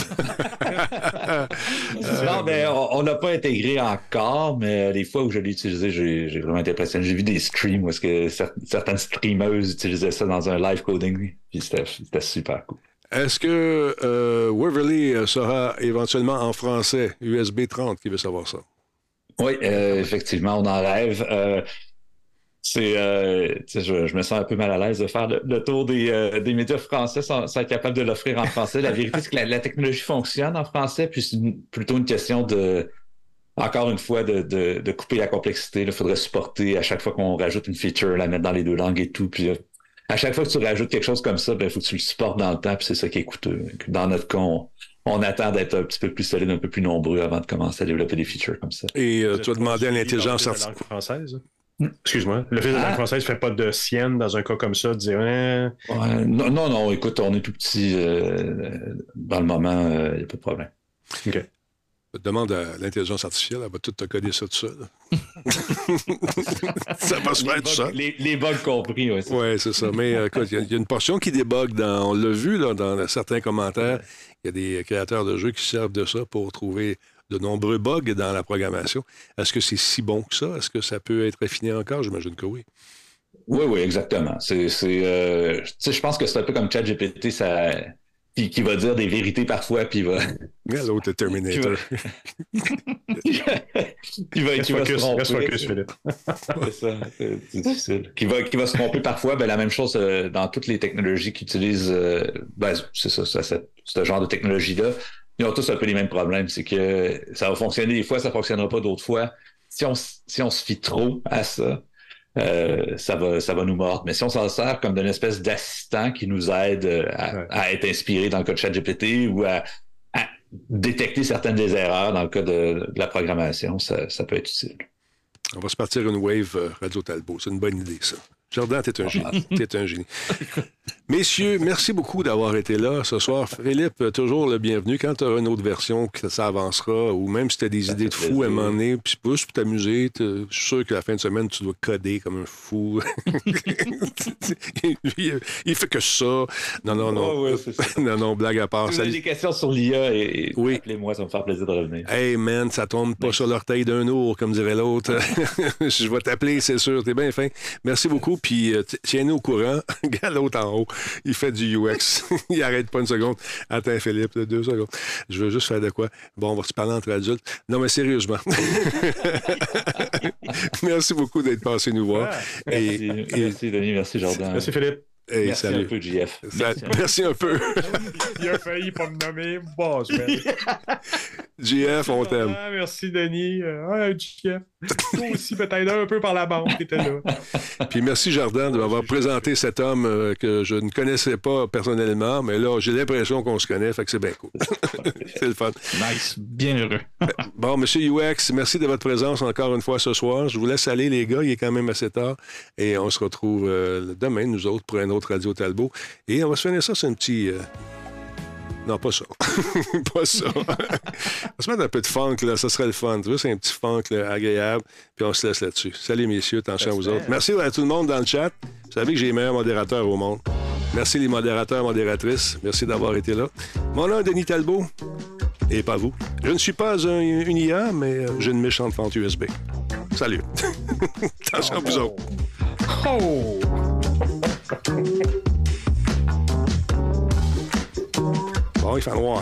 Non, mais on n'a pas intégré encore, mais les fois où je l'ai utilisé, j'ai vraiment été impressionné. J'ai vu des streams où est-ce que certaines streameuses utilisaient ça dans un live coding. Puis c'était super cool. Est-ce que Waverly sera éventuellement en français, USB 30, qui veut savoir ça? Oui, effectivement, on en rêve. Je me sens un peu mal à l'aise de faire le tour des médias français sans être capable de l'offrir en français. La vérité, c'est que la technologie fonctionne en français, puis c'est plutôt une question encore une fois, de couper la complexité. Il faudrait supporter à chaque fois qu'on rajoute une feature, la mettre dans les deux langues et tout, puis à chaque fois que tu rajoutes quelque chose comme ça, il faut que tu le supportes dans le temps, puis c'est ça qui est coûteux. Dans notre cas, on attend d'être un petit peu plus solide, un peu plus nombreux avant de commencer à développer des features comme ça. Et tu as demandé à l'intelligence artificielle. La langue française? Excuse-moi. Le fait de la langue française ne fait pas de sienne dans un cas comme ça, de dire... Non, écoute, on est tout petit. Dans le moment, il n'y a pas de problème. OK. Demande à l'intelligence artificielle, elle va tout te coder ça tout seul. Ça va se faire tout ça. Les bugs compris, oui. Oui, c'est ça. Mais écoute, il y a une portion qui débug. On l'a vu là, dans certains commentaires. Il y a des créateurs de jeux qui servent de ça pour trouver de nombreux bugs dans la programmation. Est-ce que c'est si bon que ça? Est-ce que ça peut être affiné encore? J'imagine que oui. Oui, exactement. Je pense que c'est un peu comme ChatGPT, ça... Qui va dire des vérités parfois, puis va... L'autre, le Terminator. Qui va se tromper. Philippe. C'est ça, c'est difficile. Qui va se tromper parfois. La même chose dans toutes les technologies qui utilisent... c'est ça, ce genre de technologie-là. Ils ont tous un peu les mêmes problèmes. C'est que ça va fonctionner des fois, ça ne fonctionnera pas d'autres fois. Si on se fie trop à ça, ça va nous mordre. Mais si on s'en sert comme d'une espèce d'assistant qui nous aide à être inspiré dans le cas de ChatGPT ou à détecter certaines des erreurs dans le cas de la programmation, ça peut être utile. On va se partir une wave Radio Talbot. C'est une bonne idée, ça. Jordan, t'es un génie. T'es un génie. Messieurs, merci beaucoup d'avoir été là ce soir. Philippe, toujours le bienvenu. Quand tu auras une autre version, que ça avancera, ou même si tu as des idées de fou à un moment donné, puis plus pour t'amuser, je suis sûr que la fin de semaine, tu dois coder comme un fou. il fait que ça. Non, c'est ça. non, blague à part. Si vous avez des questions sur l'IA, oui. Appelez-moi, ça va me faire plaisir de revenir. Hey man, ça tombe pas sur l'orteil d'un ours, comme dirait l'autre. Je vais t'appeler, c'est sûr. T'es bien fin. Merci beaucoup, puis tiens-nous au courant. Gars, l'autre en haut. haut. Il fait du UX. Il arrête pas une seconde. Attends, Philippe, 2 secondes. Je veux juste faire de quoi? Bon, on va se parler entre adultes. Non, mais sérieusement. Merci beaucoup d'être passé nous voir. Merci, Denis. Merci, Jordan. Merci, Philippe. Hey, merci salut. un peu, JF. Merci un peu. Il a failli pas me nommer. Bon, JF, on t'aime. Merci, Denis. JF. Toi aussi, peut-être un peu par la bande, t'étais là. Puis merci, Jordan, de m'avoir présenté cet homme que je ne connaissais pas personnellement, mais là, j'ai l'impression qu'on se connaît, fait que c'est bien cool. C'est le fun. Nice. Bien heureux. Bon, monsieur UX, merci de votre présence encore une fois ce soir. Je vous laisse aller, les gars. Il est quand même assez tard. Et on se retrouve demain, nous autres, pour un autre Radio Talbot. Et on va se finir ça sur un petit... Non, pas ça. Pas ça. On va se mettre un peu de funk, là. Ça serait le fun. Tu vois, c'est un petit funk là, agréable. Puis on se laisse là-dessus. Salut, messieurs. Attention à vous autres. Merci à tout le monde dans le chat. Vous savez que j'ai les meilleurs modérateurs au monde. Merci les modérateurs, modératrices. Merci d'avoir été là. Mon nom est Denis Talbot. Et pas vous. Je ne suis pas une IA, mais j'ai une méchante fente USB. Salut. Attention à vous autres. Oh! Bon, il fait noir.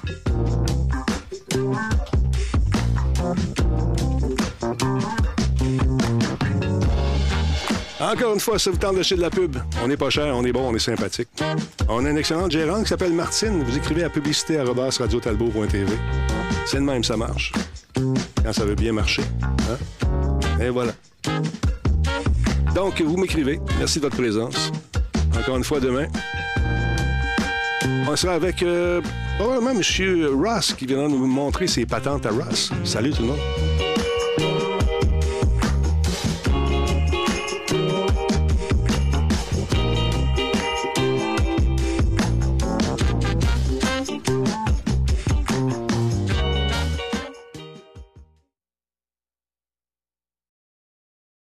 Encore une fois, ça vous tente d'acheter de la pub. On n'est pas cher, on est bon, on est sympathique. On a une excellente gérante qui s'appelle Martine. Vous écrivez à publicité@radiotalbot.tv. C'est de même, ça marche. Quand ça veut bien marcher. Hein? Et voilà. Donc, vous m'écrivez. Merci de votre présence. Encore une fois, demain. On sera avec probablement M. Ross qui viendra nous montrer ses patentes à Ross. Salut tout le monde.